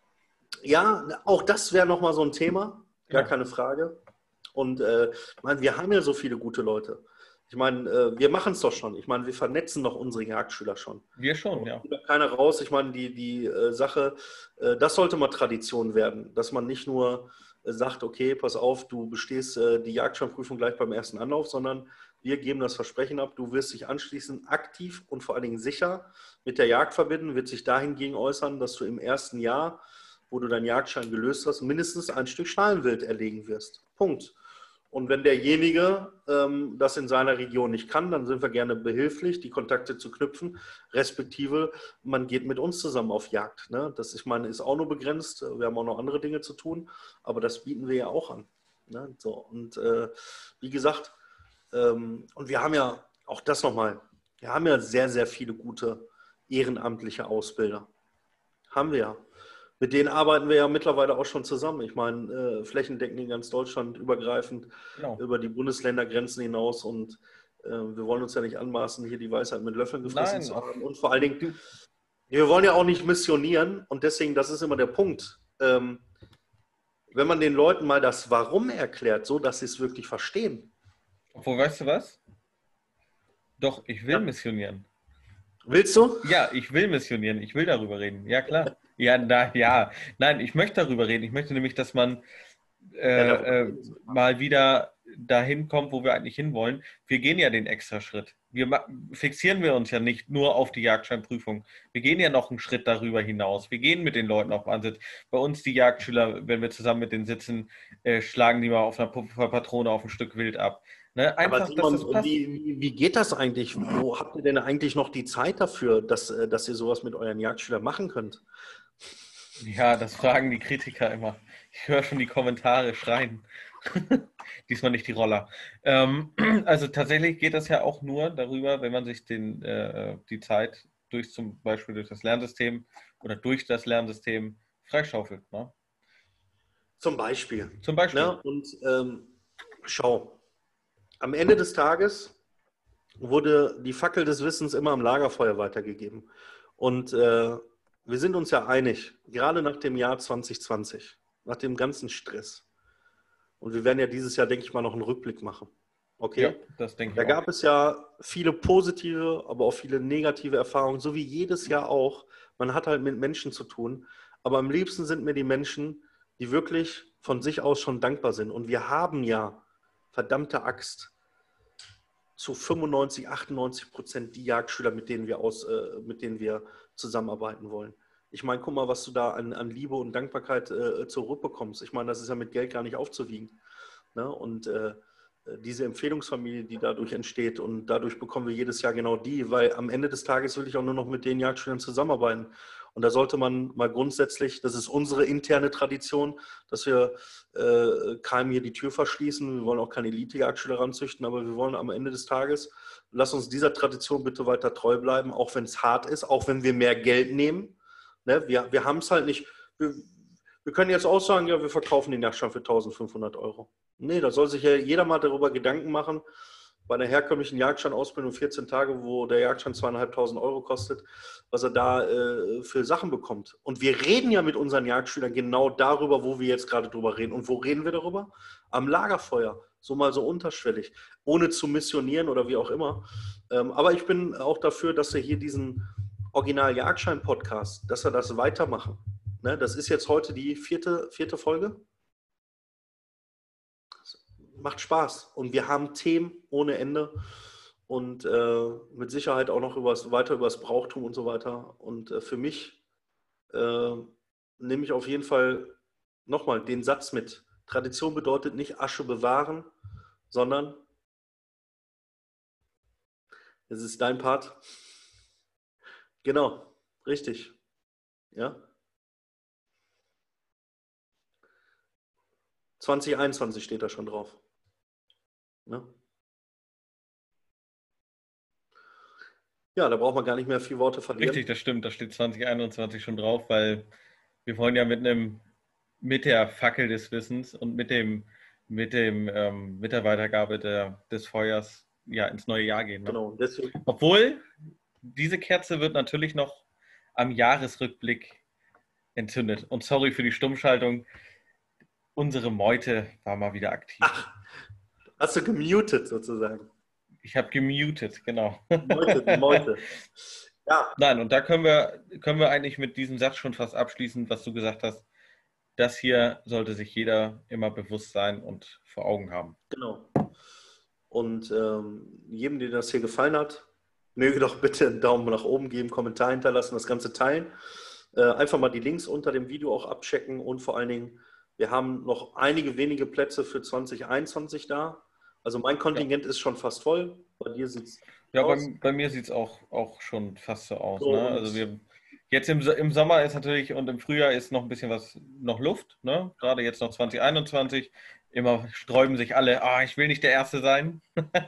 ja, auch das wäre nochmal so ein Thema, gar ja. keine Frage. Und äh, ich meine, wir haben ja so viele gute Leute. Ich meine, äh, wir machen es doch schon. Ich meine, wir vernetzen doch unsere Jagdschüler schon. Wir schon, ja. Da keiner raus. Ich meine, die, die äh, Sache, äh, das sollte mal Tradition werden, dass man nicht nur äh, sagt, okay, pass auf, du bestehst äh, die Jagdscheinprüfung gleich beim ersten Anlauf, sondern wir geben das Versprechen ab, du wirst dich anschließend aktiv und vor allen Dingen sicher mit der Jagd verbinden, wird sich dahingegen äußern, dass du im ersten Jahr, wo du deinen Jagdschein gelöst hast, mindestens ein Stück Schalenwild erlegen wirst. Punkt. Und wenn derjenige ähm, das in seiner Region nicht kann, dann sind wir gerne behilflich, die Kontakte zu knüpfen, respektive man geht mit uns zusammen auf Jagd. Ne? Das, ich meine, ist auch nur begrenzt. Wir haben auch noch andere Dinge zu tun, aber das bieten wir ja auch an. Ne? So, und äh, wie gesagt, ähm, und wir haben ja, auch das nochmal, wir haben ja sehr, sehr viele gute ehrenamtliche Ausbilder. Haben wir ja. Mit denen arbeiten wir ja mittlerweile auch schon zusammen. Ich meine, äh, flächendeckend in ganz Deutschland übergreifend, genau. Über die Bundesländergrenzen hinaus. Und äh, wir wollen uns ja nicht anmaßen, hier die Weisheit mit Löffeln gefressen Nein, zu haben. Und vor allen Dingen, wir wollen ja auch nicht missionieren. Und deswegen, das ist immer der Punkt. Ähm, wenn man den Leuten mal das Warum erklärt, so dass sie es wirklich verstehen. Obwohl, weißt du was? Doch, ich will ja. missionieren. Willst du? Ja, ich will missionieren. Ich will darüber reden. Ja, klar. Ja, na, ja, nein, ich möchte darüber reden. Ich möchte nämlich, dass man äh, ja, äh, mal wieder dahin kommt, wo wir eigentlich hinwollen. Wir gehen ja den extra Schritt. Wir fixieren wir uns ja nicht nur auf die Jagdscheinprüfung. Wir gehen ja noch einen Schritt darüber hinaus. Wir gehen mit den Leuten auf Ansitz. Bei uns die Jagdschüler, wenn wir zusammen mit denen sitzen, äh, schlagen die mal auf einer Pufferpatrone auf ein Stück Wild ab. Ne? Einfach, aber Simon, dass das passt. Wie, wie geht das eigentlich? Wo habt ihr denn eigentlich noch die Zeit dafür, dass, dass ihr sowas mit euren Jagdschülern machen könnt? Ja, das fragen die Kritiker immer. Ich höre schon die Kommentare schreien. Diesmal nicht die Roller. Ähm, also tatsächlich geht das ja auch nur darüber, wenn man sich den, äh, die Zeit durch zum Beispiel durch das Lernsystem oder durch das Lernsystem freischaufelt. Ne? Zum Beispiel. Zum Beispiel. Ne? Und ähm, schau, am Ende des Tages wurde die Fackel des Wissens immer am Lagerfeuer weitergegeben. Und äh, wir sind uns ja einig, gerade nach dem Jahr zwanzig zwanzig, nach dem ganzen Stress. Und wir werden ja dieses Jahr, denke ich mal, noch einen Rückblick machen. Ja, Okay? das denke Da ich auch. gab es ja viele positive, aber auch viele negative Erfahrungen, so wie jedes Jahr auch. Man hat halt mit Menschen zu tun. Aber am liebsten sind mir die Menschen, die wirklich von sich aus schon dankbar sind. Und wir haben ja, verdammte Axt, zu fünfundneunzig, achtundneunzig Prozent die Jagdschüler, mit denen wir, aus, äh, mit denen wir zusammenarbeiten wollen. Ich meine, guck mal, was du da an, an Liebe und Dankbarkeit äh, zurückbekommst. Ich meine, das ist ja mit Geld gar nicht aufzuwiegen. Ne? Und äh, diese Empfehlungsfamilie, die dadurch entsteht, und dadurch bekommen wir jedes Jahr genau die, weil am Ende des Tages will ich auch nur noch mit den Jagdschülern zusammenarbeiten. Und da sollte man mal grundsätzlich, das ist unsere interne Tradition, dass wir äh, keinem hier die Tür verschließen. Wir wollen auch keine Elite-Jagdschüler ranzüchten, aber wir wollen am Ende des Tages, lass uns dieser Tradition bitte weiter treu bleiben, auch wenn es hart ist, auch wenn wir mehr Geld nehmen. Ne? Wir, wir haben es halt nicht. Wir, wir können jetzt auch sagen, ja, wir verkaufen den Jagdschein für eintausendfünfhundert Euro. Nee, da soll sich ja jeder mal darüber Gedanken machen. Bei einer herkömmlichen Jagdscheinausbildung vierzehn Tage, wo der Jagdschein zweieinhalbtausend Euro kostet, was er da äh, für Sachen bekommt. Und wir reden ja mit unseren Jagdschülern genau darüber, wo wir jetzt gerade drüber reden. Und wo reden wir darüber? Am Lagerfeuer. So mal so unterschwellig. Ohne zu missionieren oder wie auch immer. Ähm, aber ich bin auch dafür, dass wir hier diesen Original-Jagdschein-Podcast, dass wir das weitermachen. Ne, das ist jetzt heute die vierte, vierte Folge. Macht Spaß. Und wir haben Themen ohne Ende. Und äh, mit Sicherheit auch noch übers, weiter über das Brauchtum und so weiter. Und äh, für mich äh, nehme ich auf jeden Fall nochmal den Satz mit. Tradition bedeutet nicht Asche bewahren, sondern, es ist dein Part. Genau, richtig. Ja. zwanzig einundzwanzig steht da schon drauf. Ja. Ja, da braucht man gar nicht mehr viel Worte verlieren. Richtig, das stimmt. Da steht zwanzig einundzwanzig schon drauf, weil wir wollen ja mit einem, mit der Fackel des Wissens und mit dem, mit dem, ähm, mit der Weitergabe der, des Feuers ja ins neue Jahr gehen. Ne? Genau, deswegen. Obwohl, diese Kerze wird natürlich noch am Jahresrückblick entzündet. Und sorry für die Stummschaltung. Unsere Meute war mal wieder aktiv. Ach, hast du gemutet sozusagen? Ich habe gemutet, genau. Meute, Meute. Ja. Nein, und da können wir, können wir eigentlich mit diesem Satz schon fast abschließen, was du gesagt hast. Das hier sollte sich jeder immer bewusst sein und vor Augen haben. Genau. Und ähm, jedem, dem das hier gefallen hat, möge doch bitte einen Daumen nach oben geben, Kommentar hinterlassen, das Ganze teilen. Äh, einfach mal die Links unter dem Video auch abchecken und vor allen Dingen, wir haben noch einige wenige Plätze für zwanzig einundzwanzig da. Also mein Kontingent ja. ist schon fast voll. Bei dir sieht es Ja, aus. bei, bei mir sieht es auch, auch schon fast so aus. So, Ne? Also wir jetzt im, im Sommer ist natürlich und im Frühjahr ist noch ein bisschen was, noch Luft. Ne? Gerade jetzt noch zwanzig einundzwanzig. Immer sträuben sich alle, ah, ich will nicht der Erste sein.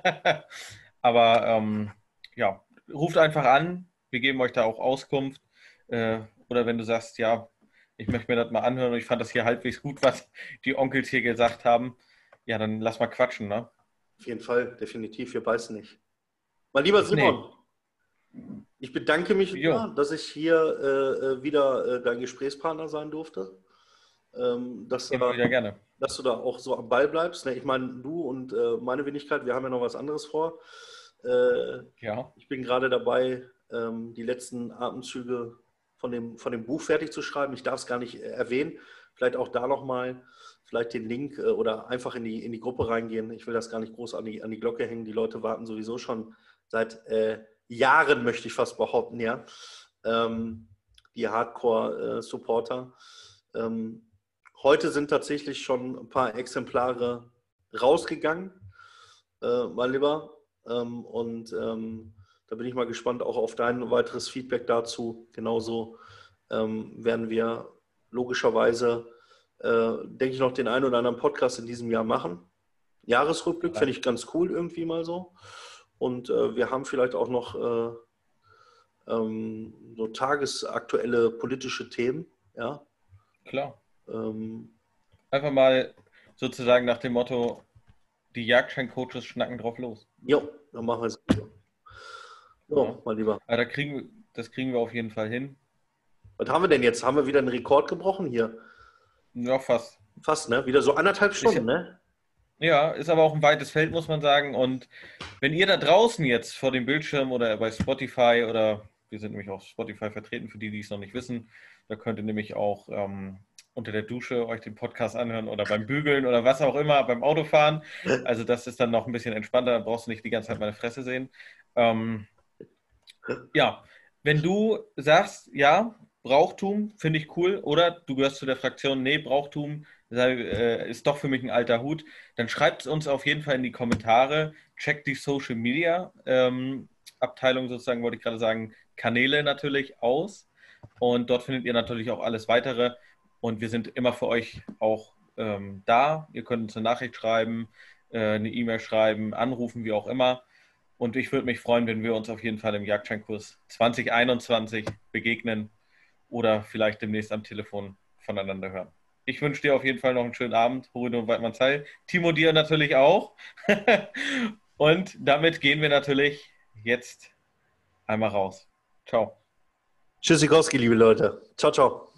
Aber ähm, ja, ruft einfach an. Wir geben euch da auch Auskunft. Äh, oder wenn du sagst, ja, ich möchte mir das mal anhören und ich fand das hier halbwegs gut, was die Onkels hier gesagt haben, ja, dann lass mal quatschen. Ne? Auf jeden Fall, definitiv, wir beißen nicht. Mein lieber Simon, nee. Ich bedanke mich wieder, dass ich hier äh, wieder äh, dein Gesprächspartner sein durfte. Ähm, dass, Immer wieder gerne. dass du da auch so am Ball bleibst. Ne, ich meine, du und äh, meine Wenigkeit, wir haben ja noch was anderes vor. Äh, ja. Ich bin gerade dabei, ähm, die letzten Atemzüge von dem, von dem Buch fertig zu schreiben. Ich darf es gar nicht erwähnen. Vielleicht auch da nochmal, vielleicht den Link äh, oder einfach in die, in die Gruppe reingehen. Ich will das gar nicht groß an die, an die Glocke hängen. Die Leute warten sowieso schon seit äh, Jahren, möchte ich fast behaupten, ja. Ähm, die Hardcore-Supporter. Ähm, heute sind tatsächlich schon ein paar Exemplare rausgegangen, äh, mein Lieber. Ähm, und ähm, da bin ich mal gespannt auch auf dein weiteres Feedback dazu. Genauso ähm, werden wir logischerweise, äh, denke ich, noch den einen oder anderen Podcast in diesem Jahr machen. Jahresrückblick fände ich ganz cool irgendwie mal so. Und äh, wir haben vielleicht auch noch äh, ähm, so tagesaktuelle politische Themen. Ja. Klar. Ähm, Einfach mal sozusagen nach dem Motto, die Jagdschein-Coaches schnacken drauf los. Jo, dann machen wir es. So, Ja. mein Lieber. Aber da kriegen, das kriegen wir auf jeden Fall hin. Was haben wir denn jetzt? Haben wir wieder einen Rekord gebrochen hier? Ja, fast. Fast, ne? Wieder so anderthalb Stunden, Ich, ne? Ja, ist aber auch ein weites Feld, muss man sagen. Und wenn ihr da draußen jetzt vor dem Bildschirm oder bei Spotify oder wir sind nämlich auf Spotify vertreten, für die, die es noch nicht wissen, da könnt ihr nämlich auch ähm, unter der Dusche euch den Podcast anhören oder beim Bügeln oder was auch immer, beim Autofahren. Also das ist dann noch ein bisschen entspannter, da brauchst du nicht die ganze Zeit meine Fresse sehen. Ähm, ja, wenn du sagst, ja, Brauchtum finde ich cool oder du gehörst zu der Fraktion, nee, Brauchtum sei, äh, ist doch für mich ein alter Hut, dann schreibt es uns auf jeden Fall in die Kommentare, checkt die Social Media ähm, Abteilung sozusagen, wollte ich gerade sagen, Kanäle natürlich aus und dort findet ihr natürlich auch alles weitere und wir sind immer für euch auch ähm, da. Ihr könnt uns eine Nachricht schreiben, äh, eine E-Mail schreiben, anrufen, wie auch immer. Und ich würde mich freuen, wenn wir uns auf jeden Fall im Jagdscheinkurs zwanzig einundzwanzig begegnen oder vielleicht demnächst am Telefon voneinander hören. Ich wünsche dir auf jeden Fall noch einen schönen Abend, Horide und Weidmannsheil. Timo, dir natürlich auch. Und damit gehen wir natürlich jetzt einmal raus. Ciao. Tschüssikowski, liebe Leute. Ciao, ciao.